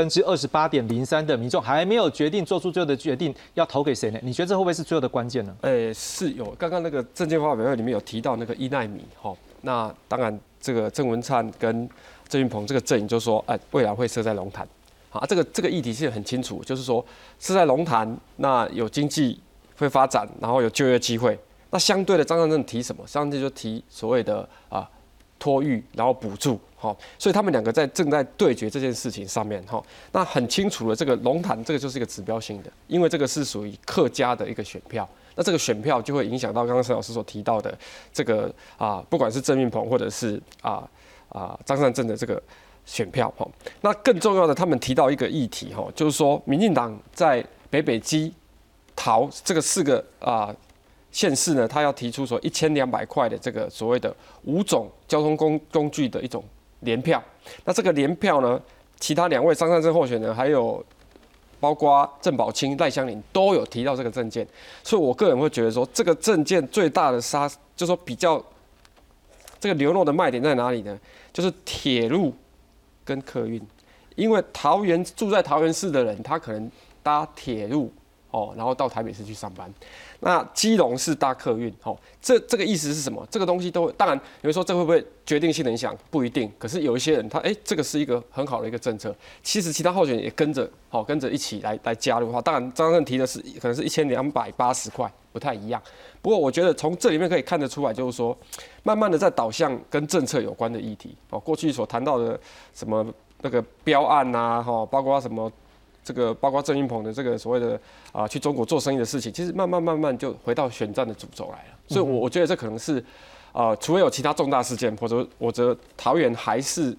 28.03%的民众还没有决定做出最后的决定要投给谁呢？你觉得这会不会是最后的关键呢？ 是有，刚刚那个政见发表会里面有提到那个1奈米那当然这个郑文灿跟郑运鹏这个阵营就说，未来会设在龙潭。好，这个议题是很清楚，就是说设在龙潭，那有经济会发展，然后有就业机会。那相对的，张善政提什么？张善政就提所谓的托育，然后补助。所以他们2个正在对决这件事情上面。那很清楚的，这个龙潭这个就是一个指标性的，因为这个是属于客家的一个选票。那这个选票就会影响到刚刚沈老师所提到的这个不管是郑运鹏或者是张善政的这个选票。那更重要的，他们提到一个议题就是说，民进党在北基桃这个4个县市呢，他要提出说1200块的这个所谓的5种交通工具的一种联票。那这个联票呢，其他2位张善政候选人还有包括郑宝清、赖香伶都有提到这个政见，所以我个人会觉得说，这个政见最大的就是说比较这个流落的卖点在哪里呢？就是铁路跟客运，因为住在桃园市的人，他可能搭铁路然后到台北市去上班。那基隆是搭客运，这个意思是什么？这个东西都当然，有人说这会不会决定性的影响？不一定。可是有一些人这个是一个很好的一个政策。其实其他候选人也跟着一起来加入的话，当然张善政提的是可能是1280块，不太一样。不过我觉得从这里面可以看得出来，就是说慢慢的在导向跟政策有关的议题。过去所谈到的什么那个标案啊，包括什么。包括郑运鹏的这个所谓的去中国做生意的事情，其实慢慢就回到选战的主轴来了。所以我觉得这可能是除非有其他重大事件，或者桃园还是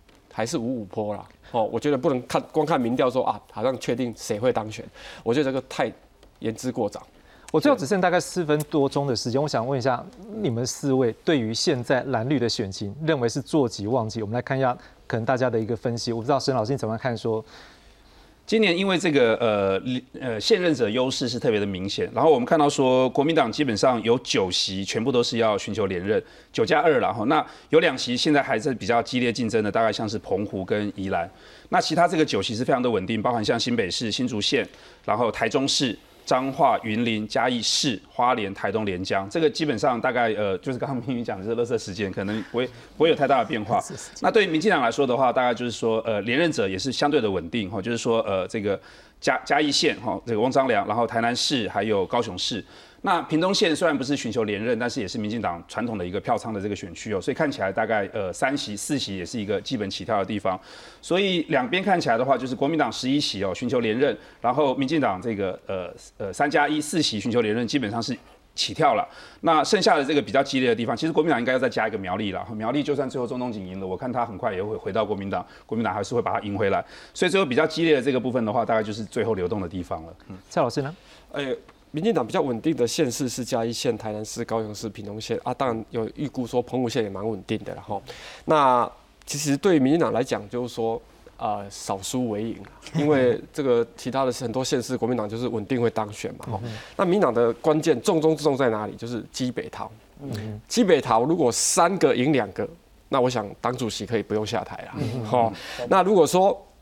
5-5波啦。我觉得不能光看民调说好像确定谁会当选，我觉得这个太言之过早。 我最后只剩大概4分多钟的时间，我想问一下你们4位对于现在蓝绿的选情，认为是做几忘记？我们来看一下可能大家的一个分析。我不知道沈老师你怎么看说？ 今年因为这个现任者优势是特别的明显，然后我们看到说国民党基本上有9席全部都是要寻求连任，9+2啦哈，那有2席现在还是比较激烈竞争的，大概像是澎湖跟宜兰，那其他这个9席是非常的稳定，包含像新北市、新竹县，然后台中市。彰化、云林、嘉义市、花莲、台东、连江，这个基本上大概就是刚刚明宇讲的是垃圾时间，可能不会有太大的变化。那对于民进党来说的话，大概就是说连任者也是相对的稳定就是说这个嘉义县这个汪章良，然后台南市还有高雄市。那屏东县虽然不是寻求连任，但是也是民进党传统的一个票仓的这个选区所以看起来大概3席、4席也是一个基本起跳的地方。所以两边看起来的话，就是国民党11席寻求连任，然后民进党这个3+1 4席寻求连任，基本上是起跳了。那剩下的这个比较激烈的地方，其实国民党应该要再加一个苗栗了。苗栗就算最后中东锦赢了，我看他很快也会回到国民党，国民党还是会把它赢回来。所以最后比较激烈的这个部分的话，大概就是最后流动的地方了。 蔡老师呢？ 民进党比较稳定的县市是嘉义县、台南市、高雄市、屏东县当然有预估说澎湖县也蛮稳定的那其实对于民进党来讲，就是说少输为赢，因为这个其他的很多县市国民党就是稳定会当选嘛那民进党的关键重中之重在哪里？就是基北桃。基北桃如果3个赢2个，那我想党主席可以不用下台了那如果说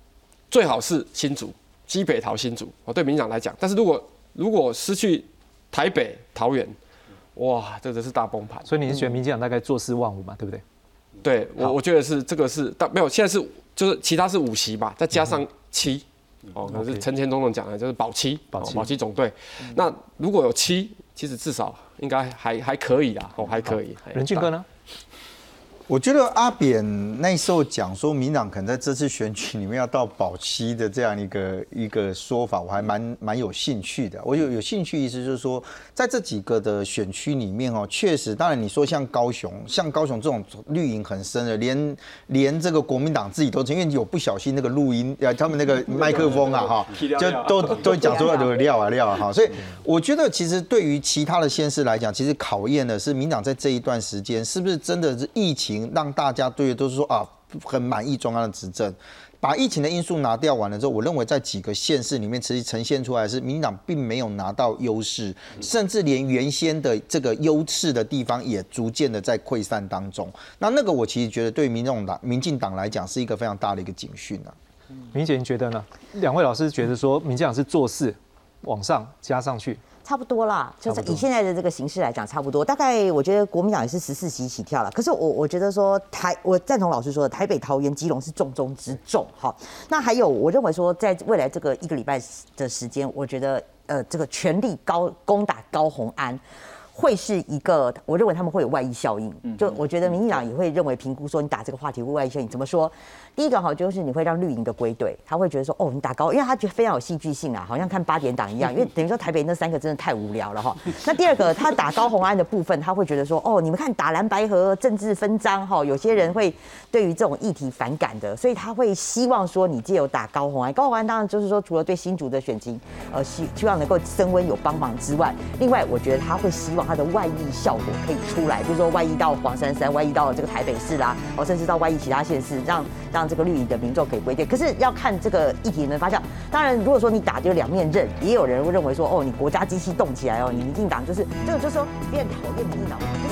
最好是新竹、基北桃新竹，对民进党来讲。但是如果失去台北、桃园，哇，这真是大崩盘。 所以你是觉得民进党大概坐4万5嘛，对不对？ 对，我觉得是这个是，但没有，现在是就是其他是5席嘛，再加上7。可是陈前总统讲的就是保七总队。那如果有7，其实至少应该还可以啦，还可以。 任俊哥呢？ 我觉得阿扁那时候讲说，民进党可能在这次选举里面要到保7的这样一个说法，我还蛮有兴趣的。我有兴趣意思就是说，在这几个的选区里面确实，当然你说像高雄这种绿营很深的，连这个国民党自己都因为有不小心那个录音他们那个麦克风就都讲说有料啊，所以我觉得其实对于其他的县市来讲，其实考验的是民进党在这一段时间是不是真的是疫情让大家对都是说很满意中央的执政，把疫情的因素拿掉完了之后，我认为在几个县市里面，其实呈现出来是民进党并没有拿到优势，甚至连原先的这个优势的地方也逐渐的在溃散当中。那个我其实觉得对民进党来讲是一个非常大的一个警讯啊。 明姐，你觉得呢？两位老师觉得说民进党是做4往上加上去。 差不多啦，就是以现在的这个形势来讲，差不多。大概我觉得国民党也是14席起跳了。可是我觉得说我赞同老师说的，台北、桃园、基隆是重中之重。好，那还有我认为说，在未来这个1个礼拜的时间，我觉得这个全力攻打高虹安。会是一个，我认为他们会有外溢效应。就我觉得民进党也会认为评估说，你打这个话题会外溢效应。怎么说？第一个就是你会让绿营的归队，他会觉得说，你打高，因为他觉得非常有戏剧性啊，好像看8点档一样。因为等于说台北那3个真的太无聊了哈。那第二个，他打高虹安的部分，他会觉得说，你们看打蓝白合政治分赃哈，有些人会对于这种议题反感的，所以他会希望说你藉由打高虹安。高虹安当然就是说，除了对新竹的选情希望能够升温有帮忙之外，另外我觉得他会希望他的外溢效果可以出来，比如说外溢到黄珊珊，外溢到这个台北市啦，甚至到外溢其他县市，让这个绿营的民众可以归队。可是要看这个议题能发酵。当然，如果说你打这个2面刃，也有人会认为说，你国家机器动起来你民进党就是这个，就是说别人讨厌民进党。